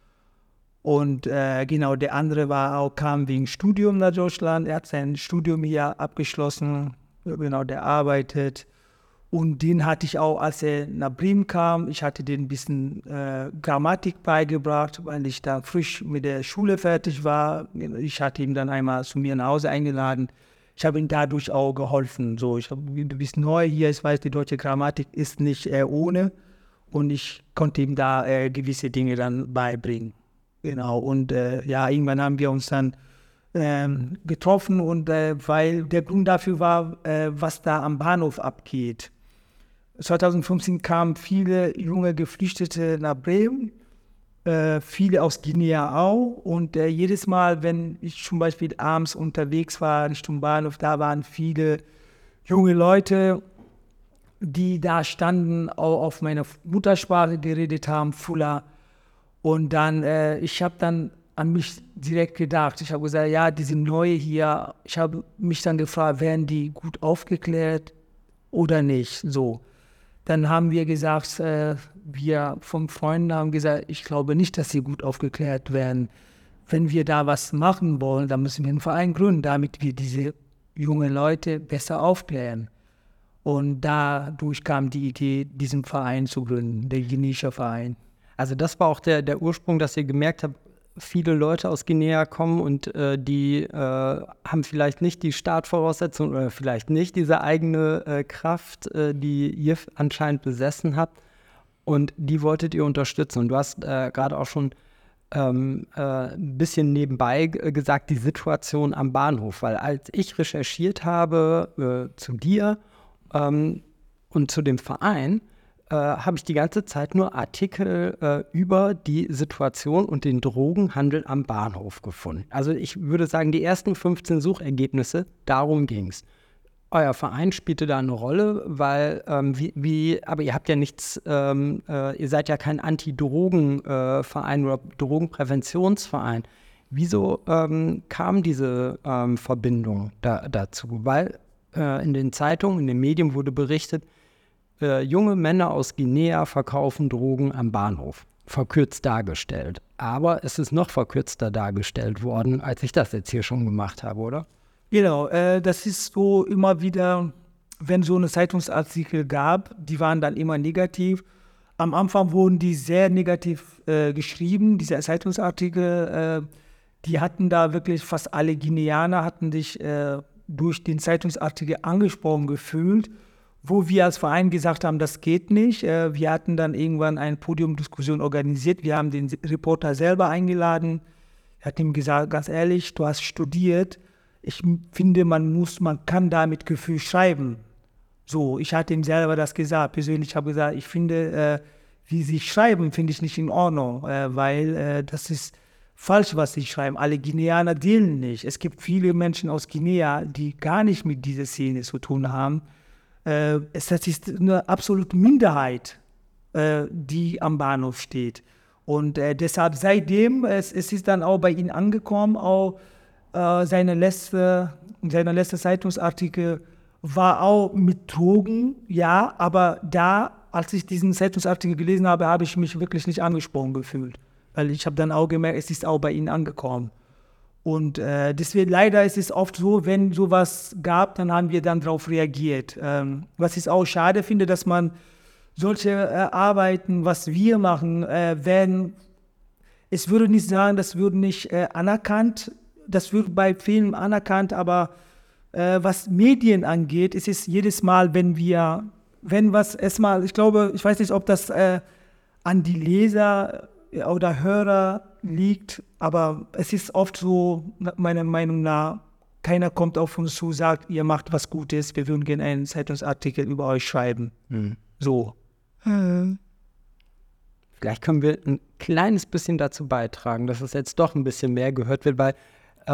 Und genau, der andere kam wegen Studium nach Deutschland. Er hat sein Studium hier abgeschlossen. Genau, der arbeitet. Und den hatte ich auch, als er nach Bremen kam, ich hatte den ein bisschen Grammatik beigebracht, weil ich da frisch mit der Schule fertig war. Ich hatte ihn dann einmal zu mir nach Hause eingeladen. Ich habe ihm dadurch auch geholfen. So, du bist neu hier, ich weiß, die deutsche Grammatik ist nicht ohne. Und ich konnte ihm da gewisse Dinge dann beibringen. Genau, und irgendwann haben wir uns dann getroffen und weil der Grund dafür war, was da am Bahnhof abgeht. 2015 kamen viele junge Geflüchtete nach Bremen, viele aus Guinea auch. Und jedes Mal, wenn ich zum Beispiel abends unterwegs war Richtung Bahnhof, da waren viele junge Leute, die da standen, auch auf meiner Muttersprache geredet haben, Fula. Und dann, ich habe dann an mich direkt gedacht. Ich habe gesagt, ja, die sind neu hier. Ich habe mich dann gefragt, werden die gut aufgeklärt oder nicht? So. Dann haben wir gesagt, wir 5 Freunden haben gesagt, ich glaube nicht, dass sie gut aufgeklärt werden. Wenn wir da was machen wollen, dann müssen wir einen Verein gründen, damit wir diese jungen Leute besser aufklären. Und dadurch kam die Idee, diesen Verein zu gründen, der Guineische Verein. Also das war auch der Ursprung, dass ihr gemerkt habt, viele Leute aus Guinea kommen und die haben vielleicht nicht die Startvoraussetzungen oder vielleicht nicht diese eigene Kraft, die ihr anscheinend besessen habt, und die wolltet ihr unterstützen. Und du hast gerade auch schon ein bisschen nebenbei gesagt, die Situation am Bahnhof, weil als ich recherchiert habe zu dir und zu dem Verein, habe ich die ganze Zeit nur Artikel über die Situation und den Drogenhandel am Bahnhof gefunden. Also ich würde sagen, die ersten 15 Suchergebnisse, darum ging es. euer Verein spielte da eine Rolle, weil, aber ihr habt ja nichts, ihr seid ja kein Anti-Drogen-Verein oder Drogenpräventionsverein. Wieso kam diese Verbindung dazu? Weil in den Zeitungen, in den Medien wurde berichtet, junge Männer aus Guinea verkaufen Drogen am Bahnhof. Verkürzt dargestellt. Aber es ist noch verkürzter dargestellt worden, als ich das jetzt hier schon gemacht habe, oder? Genau, das ist so immer wieder, wenn so eine Zeitungsartikel gab, die waren dann immer negativ. Am Anfang wurden die sehr negativ geschrieben, diese Zeitungsartikel. Die hatten da wirklich, fast alle Guineaner hatten sich durch den Zeitungsartikel angesprochen gefühlt, wo wir als Verein gesagt haben, das geht nicht. Wir hatten dann irgendwann eine Podiumdiskussion organisiert. Wir haben den Reporter selber eingeladen. Er hat ihm gesagt, ganz ehrlich, du hast studiert. Ich finde, man kann da mit Gefühl schreiben. So, ich hatte ihm selber das gesagt. Persönlich habe ich gesagt, ich finde, wie sie schreiben, finde ich nicht in Ordnung, weil das ist falsch, was sie schreiben. Alle Guineaner dealen nicht. Es gibt viele Menschen aus Guinea, die gar nicht mit dieser Szene zu tun haben. Das ist eine absolute Minderheit, die am Bahnhof steht. Und deshalb seitdem, es ist dann auch bei Ihnen angekommen, auch seine letzte Zeitungsartikel war auch mit Drogen, ja, aber da, als ich diesen Zeitungsartikel gelesen habe, habe ich mich wirklich nicht angesprochen gefühlt. Weil ich habe dann auch gemerkt, es ist auch bei Ihnen angekommen. Und deswegen leider ist es oft so, wenn sowas gab, dann haben wir dann darauf reagiert. Was ich auch schade finde, dass man solche Arbeiten, was wir machen, ich würde nicht sagen, das wird nicht anerkannt, das wird bei Filmen anerkannt, aber was Medien angeht, ist es jedes Mal, wenn was erstmal, ich glaube, ich weiß nicht, ob das an die Leser oder Hörer liegt, aber es ist oft so, meiner Meinung nach, keiner kommt auf uns zu, sagt, ihr macht was Gutes, wir würden gerne einen Zeitungsartikel über euch schreiben. So. Vielleicht können wir ein kleines bisschen dazu beitragen, dass es jetzt doch ein bisschen mehr gehört wird, weil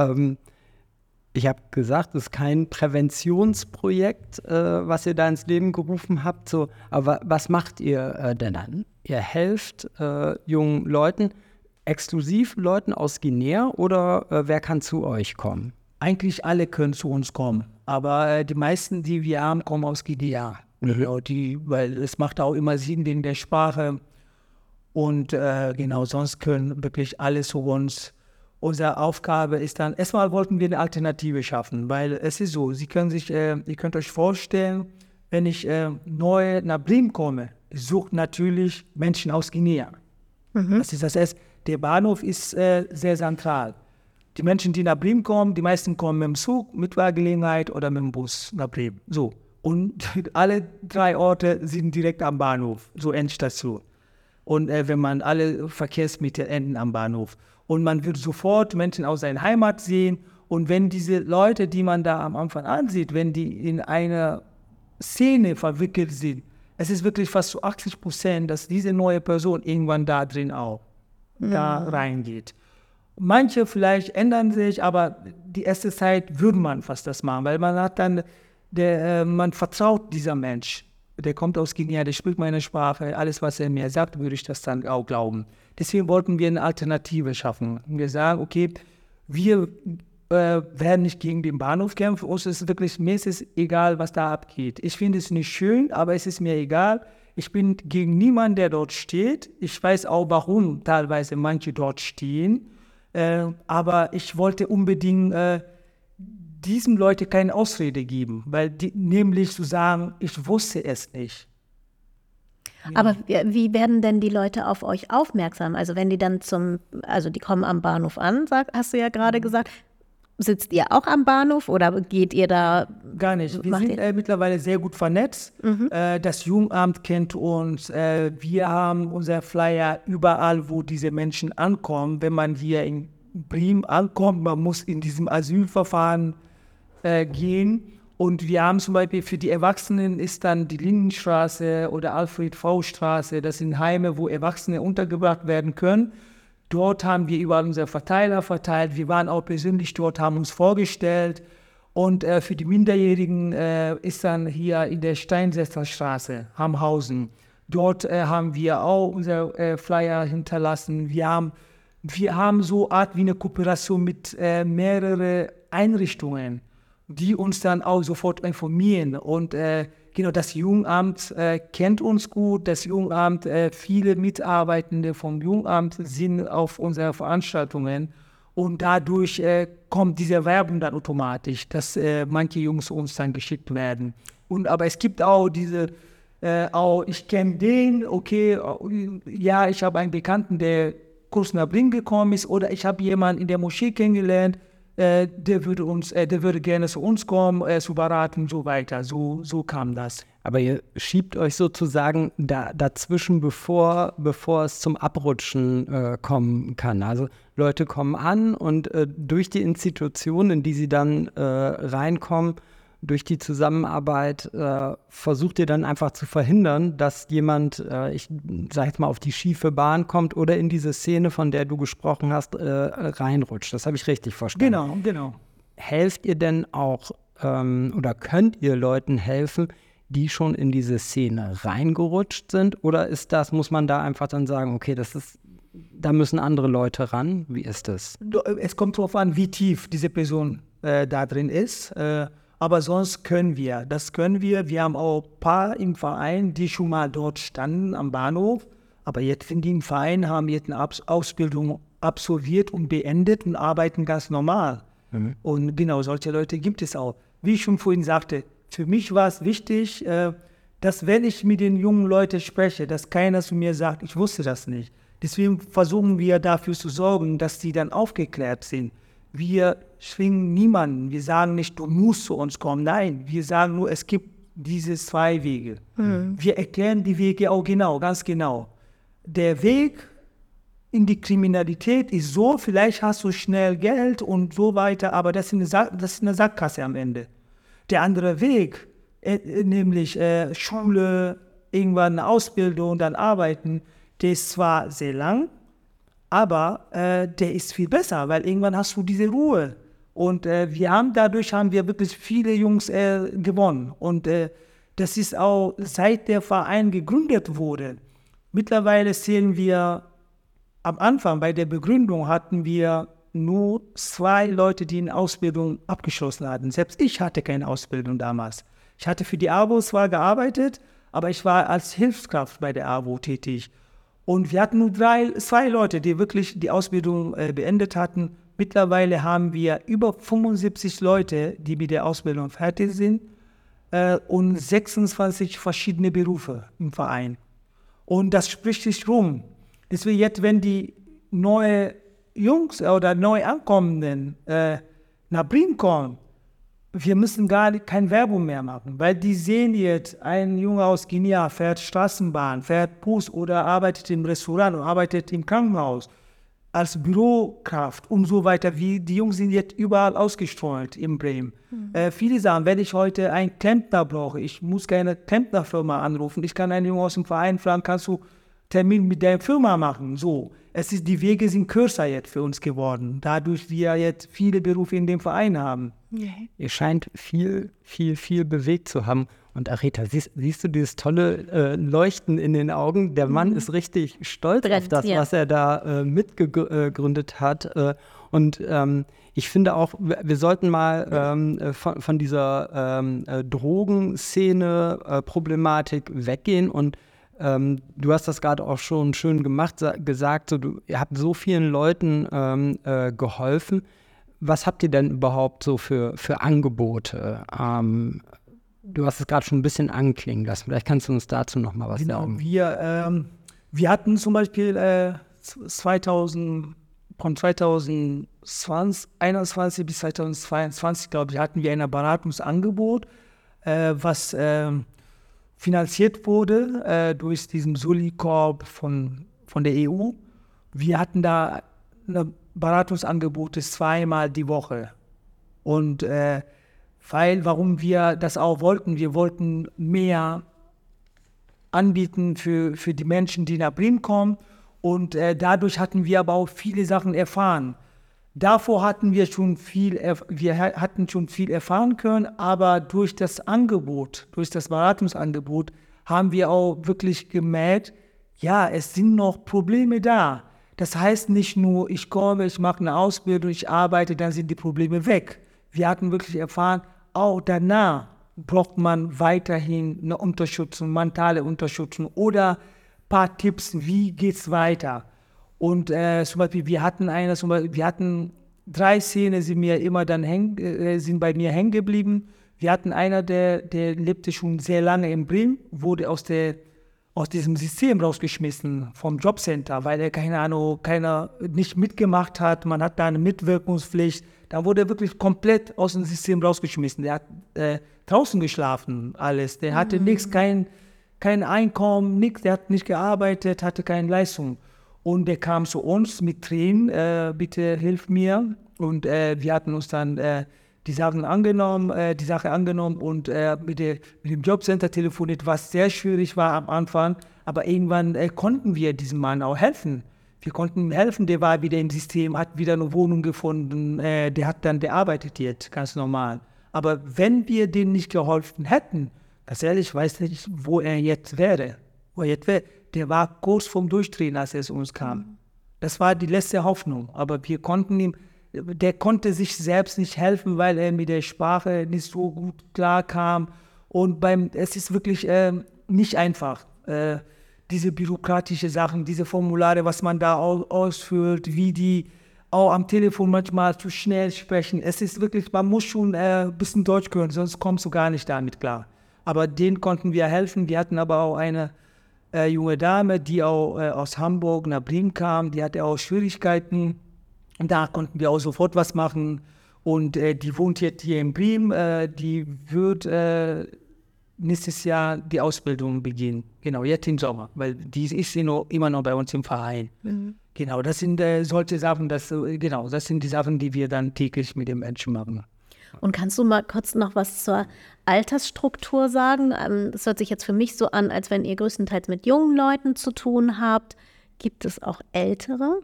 ich habe gesagt, es ist kein Präventionsprojekt, was ihr da ins Leben gerufen habt. So, aber was macht ihr denn dann? Ihr helft jungen Leuten, exklusiv Leuten aus Guinea, oder wer kann zu euch kommen? Eigentlich alle können zu uns kommen, aber die meisten, die wir haben, kommen aus Guinea. Genau, weil es macht auch immer Sinn wegen der Sprache. Und genau, sonst können wirklich alle zu uns. Unsere Aufgabe ist dann, erstmal wollten wir eine Alternative schaffen, weil es ist so, ihr könnt euch vorstellen, wenn ich neu nach Bremen komme, sucht natürlich Menschen aus Guinea. Das ist das erste. Der Bahnhof ist sehr zentral. Die Menschen, die nach Bremen kommen, die meisten kommen mit dem Zug, mit Fahrgelegenheit oder mit dem Bus nach Bremen. So. Und alle 3 Orte sind direkt am Bahnhof, so Endstation. Und wenn man alle Verkehrsmittel enden am Bahnhof. Und man wird sofort Menschen aus seiner Heimat sehen. Und wenn diese Leute, die man da am Anfang ansieht, wenn die in einer Szene verwickelt sind, es ist wirklich fast zu 80%, dass diese neue Person irgendwann da drin auch da reingeht. Manche vielleicht ändern sich, aber die erste Zeit würde man fast das machen, weil man hat dann, man vertraut dieser Mensch. Der kommt aus Guinea, der spricht meine Sprache, alles, was er mir sagt, würde ich das dann auch glauben. Deswegen wollten wir eine Alternative schaffen. Wir sagen, okay, wir werden nicht gegen den Bahnhof kämpfen, uns ist wirklich, mir ist es egal, was da abgeht. Ich finde es nicht schön, aber es ist mir egal. Ich bin gegen niemanden, der dort steht. Ich weiß auch, warum teilweise manche dort stehen. Aber ich wollte unbedingt diesen Leuten keine Ausrede geben, weil nämlich zu sagen, ich wusste es nicht. Aber wie werden denn die Leute auf euch aufmerksam? Also wenn die dann die kommen am Bahnhof an, hast du ja gerade gesagt, sitzt ihr auch am Bahnhof oder geht ihr da? Gar nicht. Wir sind mittlerweile sehr gut vernetzt. Das Jugendamt kennt uns. Wir haben unser Flyer überall, wo diese Menschen ankommen. Wenn man hier in Bremen ankommt, man muss in diesem Asylverfahren gehen. Und wir haben zum Beispiel für die Erwachsenen ist dann die Lindenstraße oder Alfred-V-Straße. Das sind Heime, wo Erwachsene untergebracht werden können. Dort haben wir überall unsere Verteiler verteilt. Wir waren auch persönlich dort, haben uns vorgestellt. Und für die Minderjährigen ist dann hier in der Steinsetzer Straße, Hamhausen. Dort haben wir auch unsere Flyer hinterlassen. Wir haben so Art wie eine Kooperation mit mehreren Einrichtungen, die uns dann auch sofort informieren. Und genau, das Jugendamt kennt uns gut. Das Jugendamt, viele Mitarbeitende vom Jugendamt sind auf unseren Veranstaltungen. Und dadurch kommt diese Werbung dann automatisch, dass manche Jungs uns dann geschickt werden. Aber es gibt auch diese, ich kenne den, okay, ja, ich habe einen Bekannten, der kurz nach Bring gekommen ist, oder ich habe jemanden in der Moschee kennengelernt, der würde gerne zu uns kommen, zu beraten und so weiter. So kam das. Aber ihr schiebt euch sozusagen dazwischen, bevor es zum Abrutschen kommen kann. Also Leute kommen an und durch die Institution, in die sie dann reinkommen, durch die Zusammenarbeit versucht ihr dann einfach zu verhindern, dass jemand, ich sag jetzt mal, auf die schiefe Bahn kommt oder in diese Szene, von der du gesprochen hast, reinrutscht. Das habe ich richtig verstanden. Genau. Helft ihr denn auch oder könnt ihr Leuten helfen, die schon in diese Szene reingerutscht sind? Oder muss man da einfach dann sagen, okay, da müssen andere Leute ran? Wie ist das? Es kommt darauf an, wie tief diese Person da drin ist. Aber sonst können wir. Wir haben auch ein paar im Verein, die schon mal dort standen am Bahnhof. Aber jetzt sind die im Verein, haben jetzt eine Ausbildung absolviert und beendet und arbeiten ganz normal. Mhm. Und genau, solche Leute gibt es auch. Wie ich schon vorhin sagte, für mich war es wichtig, dass wenn ich mit den jungen Leuten spreche, dass keiner zu mir sagt, ich wusste das nicht. Deswegen versuchen wir dafür zu sorgen, dass die dann aufgeklärt sind. Wir schwingen niemanden. Wir sagen nicht, du musst zu uns kommen. Nein, wir sagen nur, es gibt diese 2 Wege. Mhm. Wir erklären die Wege auch ganz genau. Der Weg in die Kriminalität ist so, vielleicht hast du schnell Geld und so weiter, aber das ist eine Sackgasse am Ende. Der andere Weg, nämlich Schule, irgendwann eine Ausbildung, dann arbeiten, der ist zwar sehr lang, aber der ist viel besser, weil irgendwann hast du diese Ruhe. Und dadurch haben wir wirklich viele Jungs gewonnen. Und das ist auch, seit der Verein gegründet wurde. Mittlerweile sehen wir, am Anfang bei der Begründung hatten wir nur 2 Leute, die eine Ausbildung abgeschlossen hatten. Selbst ich hatte keine Ausbildung damals. Ich hatte für die AWO zwar gearbeitet, aber ich war als Hilfskraft bei der AWO tätig. Und wir hatten nur 2 Leute, die wirklich die Ausbildung beendet hatten. Mittlerweile haben wir über 75 Leute, die mit der Ausbildung fertig sind und 26 verschiedene Berufe im Verein. Und das spricht sich rum. Deswegen jetzt, wenn die neue Jungs oder neu Ankommenden nach Bremen kommen, wir müssen keine Werbung mehr machen, weil die sehen jetzt, ein Junge aus Guinea fährt Straßenbahn, fährt Bus oder arbeitet im Restaurant oder arbeitet im Krankenhaus als Bürokraft und so weiter. Die Jungs sind jetzt überall ausgestreut in Bremen. Mhm. Viele sagen, wenn ich heute einen Klempner brauche, ich muss keine Klempnerfirma anrufen, ich kann einen Jungen aus dem Verein fragen, kannst du Termin mit der Firma machen? So. Die Wege sind kürzer jetzt für uns geworden, dadurch wir jetzt viele Berufe in dem Verein haben. Ihr scheint viel bewegt zu haben. Und Areta, siehst du dieses tolle Leuchten in den Augen? Der Mann ist richtig stolz auf das, was er da mitgegründet hat. Und ich finde auch, wir sollten mal von dieser Drogenszene-Problematik weggehen. Und du hast das gerade auch schon schön gesagt, ihr habt so vielen Leuten geholfen. Was habt ihr denn überhaupt so für Angebote? Du hast es gerade schon ein bisschen anklingen lassen. Vielleicht kannst du uns dazu noch mal was sagen. Wir hatten zum Beispiel von 2021 bis 2022, glaube ich, hatten wir ein Beratungsangebot, was finanziert wurde durch diesen Soli-Korb von der EU. Wir hatten da ein Beratungsangebot 2-mal die Woche. Und warum wir das auch wollten, wir wollten mehr anbieten für die Menschen, die nach Bremen kommen. Und dadurch hatten wir aber auch viele Sachen erfahren. Davor hatten wir schon viel, hatten schon viel erfahren können, aber durch das Beratungsangebot, haben wir auch wirklich gemerkt, ja, es sind noch Probleme da. Das heißt nicht nur, ich komme, ich mache eine Ausbildung, ich arbeite, dann sind die Probleme weg. Wir hatten wirklich erfahren, auch danach braucht man weiterhin eine Unterstützung, mentale Unterstützung oder ein paar Tipps, wie geht es weiter. Und zum Beispiel, wir hatten 3 Szenen, sind bei mir hängen geblieben. Wir hatten einer, der lebte schon sehr lange in Bremen, wurde aus diesem System rausgeschmissen vom Jobcenter, weil er, keiner nicht mitgemacht hat. Man hat da eine Mitwirkungspflicht. Da wurde er wirklich komplett aus dem System rausgeschmissen. Der hat draußen geschlafen, alles. Der hatte nichts, kein Einkommen, nichts. Der hat nicht gearbeitet, hatte keine Leistung. Und der kam zu uns mit Tränen, bitte hilf mir. Und wir hatten uns dann die Sache angenommen und mit dem Jobcenter telefoniert, was sehr schwierig war am Anfang. Aber irgendwann konnten wir diesem Mann auch helfen. Wir konnten ihm helfen, der war wieder im System, hat wieder eine Wohnung gefunden, der arbeitet jetzt ganz normal. Aber wenn wir denen nicht geholfen hätten, ganz ehrlich, ich weiß nicht, wo er jetzt wäre. Der war kurz vorm Durchdrehen, als er zu uns kam. Das war die letzte Hoffnung. Aber wir konnten ihm, der konnte sich selbst nicht helfen, weil er mit der Sprache nicht so gut klarkam. Und es ist wirklich nicht einfach. Diese bürokratischen Sachen, diese Formulare, was man da ausfüllt, wie die auch am Telefon manchmal zu schnell sprechen. Es ist wirklich, man muss schon ein bisschen Deutsch können, sonst kommst du gar nicht damit klar. Aber denen konnten wir helfen. Wir hatten aber auch eine junge Dame, die auch aus Hamburg nach Bremen kam, die hatte auch Schwierigkeiten. Und da konnten wir auch sofort was machen. Und die wohnt jetzt hier in Bremen, die wird nächstes Jahr die Ausbildung beginnen. Genau, jetzt im Sommer, weil die ist immer noch bei uns im Verein. Genau, das sind solche Sachen, das sind die Sachen, die wir dann täglich mit den Menschen machen. Und kannst du mal kurz noch was zur Altersstruktur sagen? Das hört sich jetzt für mich so an, als wenn ihr größtenteils mit jungen Leuten zu tun habt. Gibt es auch Ältere?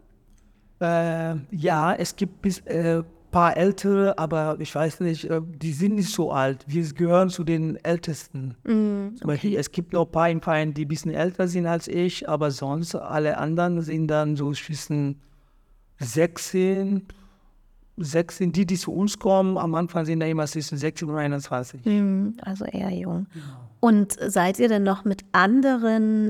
Ja, es gibt ein paar Ältere, aber ich weiß nicht, die sind nicht so alt. Wir gehören zu den Ältesten. Zum Beispiel, es gibt noch ein paar im Verein, die ein bisschen älter sind als ich, aber sonst alle anderen sind dann so zwischen 16, die zu uns kommen. Am Anfang sind da immer zwischen 16 und 21. Also eher jung. Genau. Und seid ihr denn noch mit anderen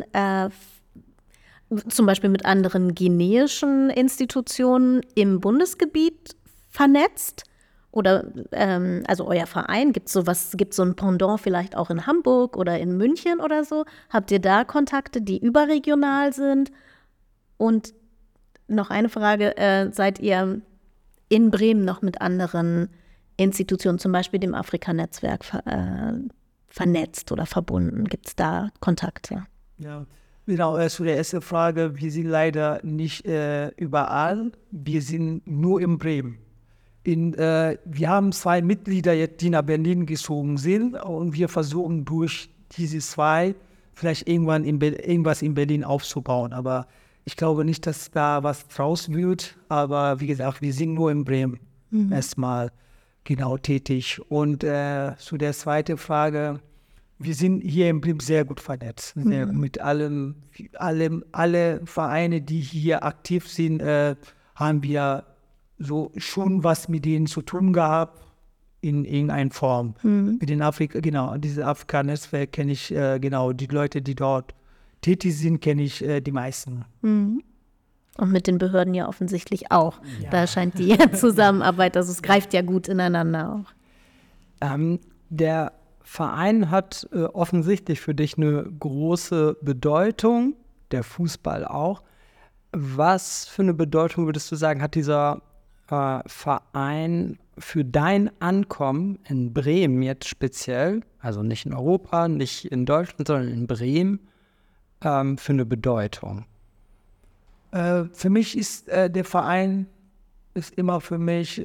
zum Beispiel mit anderen guineischen Institutionen im Bundesgebiet vernetzt? Oder also euer Verein, gibt so ein Pendant vielleicht auch in Hamburg oder in München oder so? Habt ihr da Kontakte, die überregional sind? Und noch eine Frage, seid ihr in Bremen noch mit anderen Institutionen, zum Beispiel dem Afrika-Netzwerk, vernetzt oder verbunden? Gibt es da Kontakte? Ja. Genau, zu der ersten Frage, wir sind leider nicht überall, wir sind nur in Bremen. Wir haben 2 Mitglieder, jetzt, die nach Berlin gezogen sind und wir versuchen durch diese 2 vielleicht irgendwann irgendwas in Berlin aufzubauen. Aber ich glaube nicht, dass da was draus wird, aber wie gesagt, wir sind nur in Bremen erstmal genau tätig. Und zu der zweiten Frage, wir sind hier in Bremen sehr gut vernetzt. Mit alle Vereine, die hier aktiv sind, haben wir so schon was mit denen zu tun gehabt, in irgendeiner Form. Mit den dieses Afrika-Netzwerk kenne ich, die Leute, die dort tätig sind, kenne ich die meisten. Und mit den Behörden ja offensichtlich auch. Ja. Da scheint die Zusammenarbeit, also es greift ja gut ineinander auch. Der Verein hat offensichtlich für dich eine große Bedeutung, der Fußball auch. Was für eine Bedeutung würdest du sagen, hat dieser Verein für dein Ankommen in Bremen jetzt speziell, also nicht in Europa, nicht in Deutschland, sondern in Bremen, für eine Bedeutung? Für mich ist der Verein immer für mich,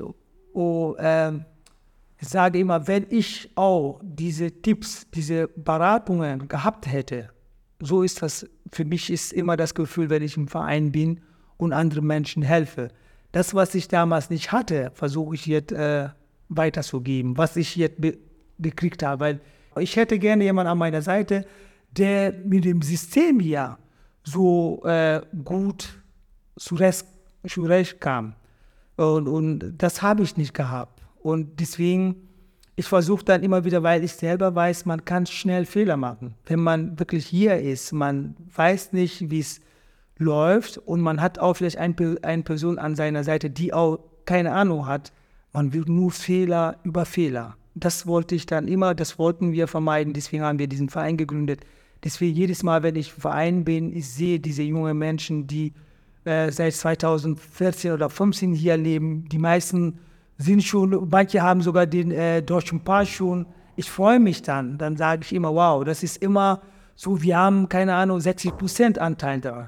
ich sage immer, wenn ich auch diese Tipps, diese Beratungen gehabt hätte, so ist das, für mich ist immer das Gefühl, wenn ich im Verein bin und anderen Menschen helfe. Das, was ich damals nicht hatte, versuche ich jetzt weiterzugeben, was ich jetzt gekriegt habe. Weil ich hätte gerne jemanden an meiner Seite, der mit dem System hier so gut zurechtkam. Und das habe ich nicht gehabt. Und deswegen, ich versuche dann immer wieder, weil ich selber weiß, man kann schnell Fehler machen. Wenn man wirklich hier ist, man weiß nicht, wie es läuft und man hat auch vielleicht eine Person an seiner Seite, die auch keine Ahnung hat. Man will nur Fehler über Fehler. Das wollte ich dann immer, das wollten wir vermeiden, deswegen haben wir diesen Verein gegründet. Deswegen jedes Mal, wenn ich im Verein bin, ich sehe diese jungen Menschen, die seit 2014 oder 2015 hier leben. Die meisten sind schon, manche haben sogar den deutschen Pass schon. Ich freue mich dann sage ich immer, wow, das ist immer so, wir haben, keine Ahnung, 60% Anteil daran.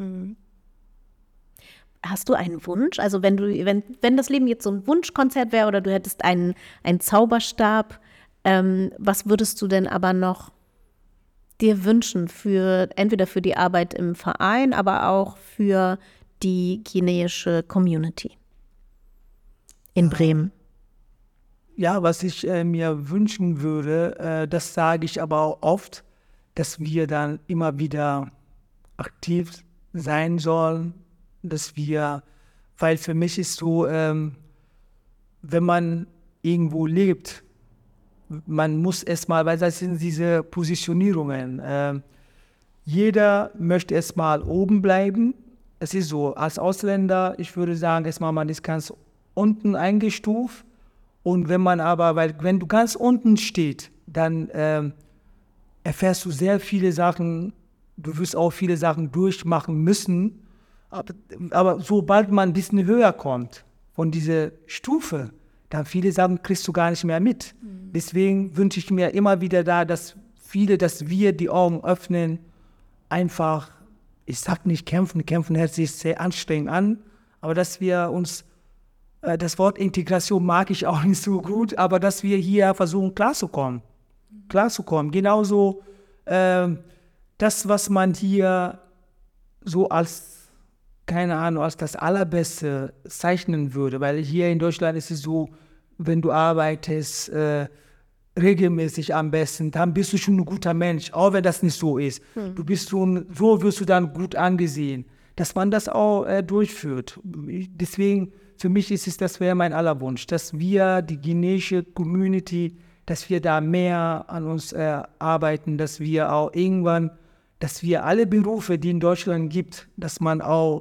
Hast du einen Wunsch? Also wenn das Leben jetzt so ein Wunschkonzert wäre oder du hättest einen Zauberstab, was würdest du denn aber noch dir wünschen entweder für die Arbeit im Verein, aber auch für die guineische Community in Bremen? Ja, was ich mir wünschen würde, das sage ich aber auch oft, dass wir dann immer wieder aktiv sein sollen, weil für mich ist so, wenn man irgendwo lebt, man muss erstmal, weil das sind diese Positionierungen. Jeder möchte erstmal oben bleiben. Es ist so, als Ausländer, ich würde sagen, erstmal man ist ganz unten eingestuft. Und wenn du ganz unten stehst, dann erfährst du sehr viele Sachen, du wirst auch viele Sachen durchmachen müssen. Aber sobald man ein bisschen höher kommt von dieser Stufe, dann viele Sachen kriegst du gar nicht mehr mit. Deswegen wünsche ich mir immer wieder dass wir die Augen öffnen, einfach, ich sag nicht kämpfen hört sich sehr anstrengend an, aber dass wir uns, das Wort Integration mag ich auch nicht so gut, aber dass wir hier versuchen klarzukommen. Genauso das, was man hier so als das Allerbeste zeichnen würde, weil hier in Deutschland ist es so, wenn du arbeitest, regelmäßig am besten, dann bist du schon ein guter Mensch, auch wenn das nicht so ist. Du bist so wirst du dann gut angesehen, dass man das auch durchführt. Deswegen, für mich das wäre mein Allerwunsch, dass wir, die guineische Community, dass wir da mehr an uns arbeiten, dass wir auch irgendwann, dass wir alle Berufe, die in Deutschland gibt, dass man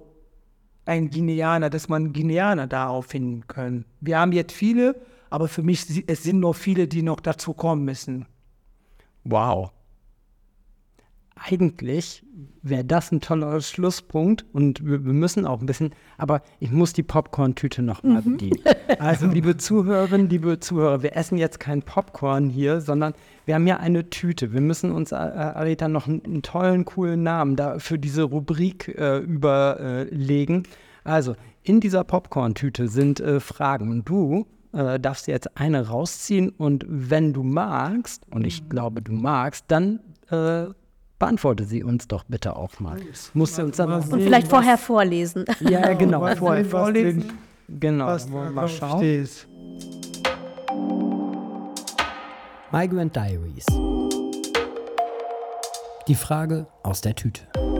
Guineaner da auch finden können. Wir haben jetzt viele, aber für mich, es sind noch viele, die noch dazu kommen müssen. Wow. Eigentlich wäre das ein toller Schlusspunkt und wir müssen auch ein bisschen, aber ich muss die Popcorn-Tüte noch mal bedienen. Also liebe Zuhörerinnen, liebe Zuhörer, wir essen jetzt kein Popcorn hier, sondern wir haben ja eine Tüte. Wir müssen uns, Arita, noch einen tollen, coolen Namen da für diese Rubrik überlegen. Also in dieser Popcorn-Tüte sind Fragen und du darfst jetzt eine rausziehen und wenn du magst, und ich glaube, du magst, dann beantworte sie uns doch bitte auch mal. Musst du uns dann und vielleicht vorher vorlesen. Ja, genau. Vorher vorlesen. Genau, mal schauen. Migrant Diaries. Die Frage aus der Tüte.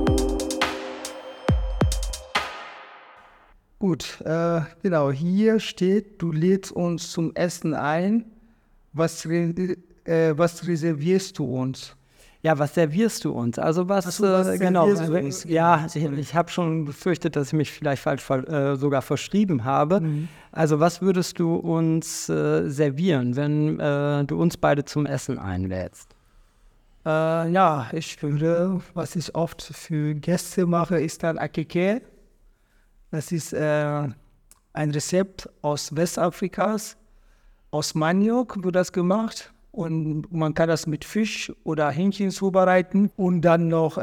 Gut, genau, hier steht, du lädst uns zum Essen ein. Was reservierst du uns? Ja, was servierst du uns? Also was genau. Ja, ich habe schon befürchtet, dass ich mich vielleicht falsch sogar verschrieben habe. Also was würdest du uns servieren, wenn du uns beide zum Essen einlädst? Ja, was ich oft für Gäste mache, ist dann Akeke. Das ist ein Rezept aus Westafrikas. Aus Maniok wird das gemacht. Und man kann das mit Fisch oder Hähnchen zubereiten und dann noch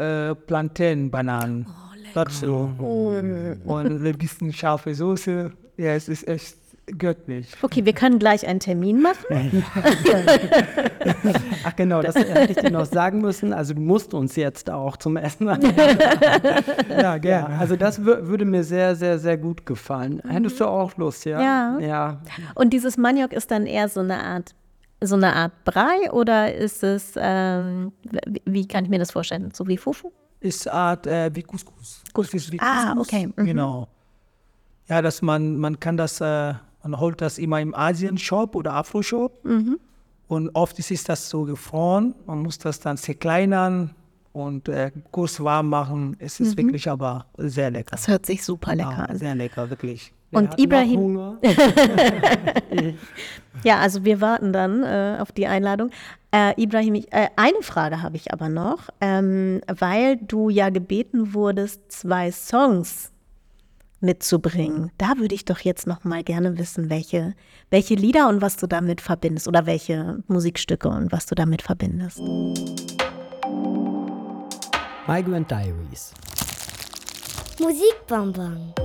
Plantain-Bananen dazu. Und ein bisschen scharfe Soße. Ja, es ist echt göttlich. Okay, wir können gleich einen Termin machen. Ach genau, das hätte ich dir noch sagen müssen. Also du musst uns jetzt auch zum Essen. Ja, gerne. Ja, also das würde mir sehr, sehr, sehr gut gefallen. Hättest du auch Lust, ja? Ja. Und dieses Maniok ist dann eher so eine Art Brei oder ist es, wie kann ich mir das vorstellen, so wie Fufu? Ist Art wie Couscous. Ist wie Ah, Couscous. okay. Genau. Ja, dass man kann das, man holt das immer im Asien-Shop oder Afro-Shop. Und oft ist das so gefroren. Man muss das dann zerkleinern und kurz warm machen. Es ist wirklich aber sehr lecker. Das hört sich super lecker an. Sehr lecker, wirklich. Und Ibrahim, ja, also wir warten dann auf die Einladung. Ibrahim, eine Frage habe ich aber noch, weil du ja gebeten wurdest, 2 Songs mitzubringen. Da würde ich doch jetzt noch mal gerne wissen, welche Lieder und was du damit verbindest oder welche Musikstücke und was du damit verbindest. Migrant Diaries. Musikbonbon.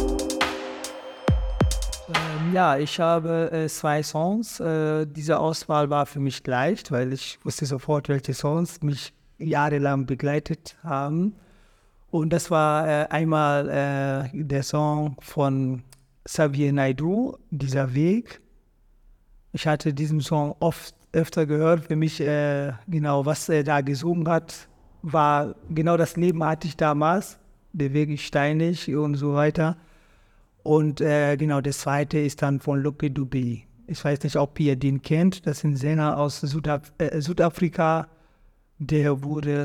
Ja, ich habe 2 Songs. Diese Auswahl war für mich leicht, weil ich wusste sofort, welche Songs mich jahrelang begleitet haben. Und das war einmal der Song von Xavier Naidoo, Dieser Weg. Ich hatte diesen Song öfter gehört. Für mich, genau, was er da gesungen hat, war genau das Leben hatte ich damals. Der Weg ist steinig und so weiter. Und genau, das zweite ist dann von Lucky Dube. Ich weiß nicht, ob ihr den kennt. Das ist ein Sänger aus Südafrika. Der wurde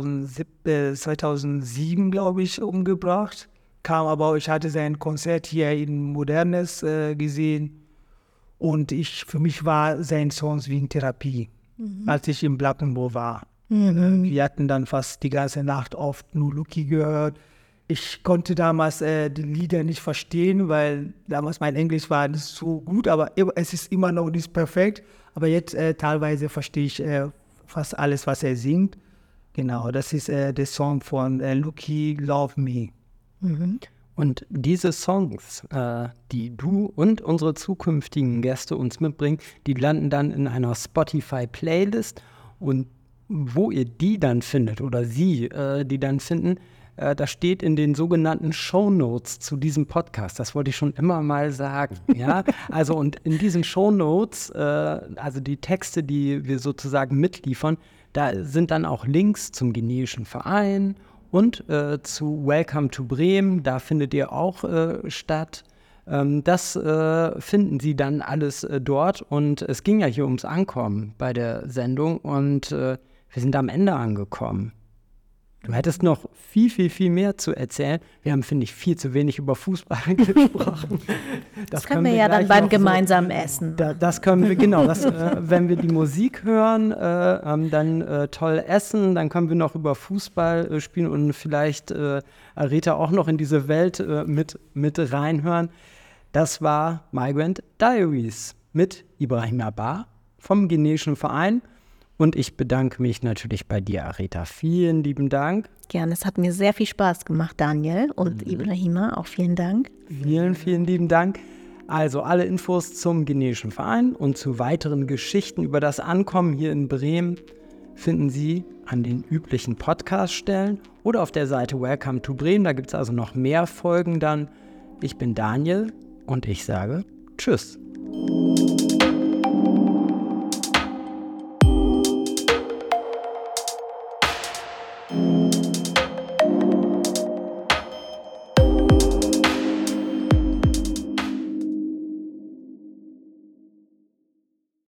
2007, glaube ich, umgebracht. Kam aber, ich hatte sein Konzert hier in Modernes gesehen. Und für mich war sein Song wie eine Therapie, als ich in Blankenburg war. Wir hatten dann fast die ganze Nacht oft nur Lucky gehört. Ich konnte damals die Lieder nicht verstehen, weil damals mein Englisch war nicht so gut, aber es ist immer noch nicht perfekt. Aber jetzt teilweise verstehe ich fast alles, was er singt. Genau, das ist der Song von Lucky, Love Me. Und diese Songs, die du und unsere zukünftigen Gäste uns mitbringen, die landen dann in einer Spotify-Playlist. Und wo ihr die dann findet oder sie die dann finden, das steht in den sogenannten Shownotes zu diesem Podcast. Das wollte ich schon immer mal sagen. Ja? Also und in diesen Shownotes, also die Texte, die wir sozusagen mitliefern, da sind dann auch Links zum Guineischen Verein und zu Welcome to Bremen. Da findet ihr auch statt. Das finden Sie dann alles dort. Und es ging ja hier ums Ankommen bei der Sendung. Und wir sind am Ende angekommen. Du hättest noch viel, viel, viel mehr zu erzählen. Wir haben, finde ich, viel zu wenig über Fußball gesprochen. Das können wir ja dann beim gemeinsamen Essen. Das können wir, genau. Wenn wir die Musik hören, dann toll essen, dann können wir noch über Fußball spielen und vielleicht Aretha auch noch in diese Welt mit reinhören. Das war Migrant Diaries mit Ibrahim Abba vom Guineischen Verein. Und ich bedanke mich natürlich bei dir, Aretha. Vielen lieben Dank. Gerne, es hat mir sehr viel Spaß gemacht, Daniel und Ibrahima. Auch vielen Dank. Vielen, vielen lieben Dank. Also alle Infos zum Guineischen Verein und zu weiteren Geschichten über das Ankommen hier in Bremen finden Sie an den üblichen Podcast-Stellen oder auf der Seite Welcome to Bremen. Da gibt es also noch mehr Folgen dann. Ich bin Daniel und ich sage Tschüss.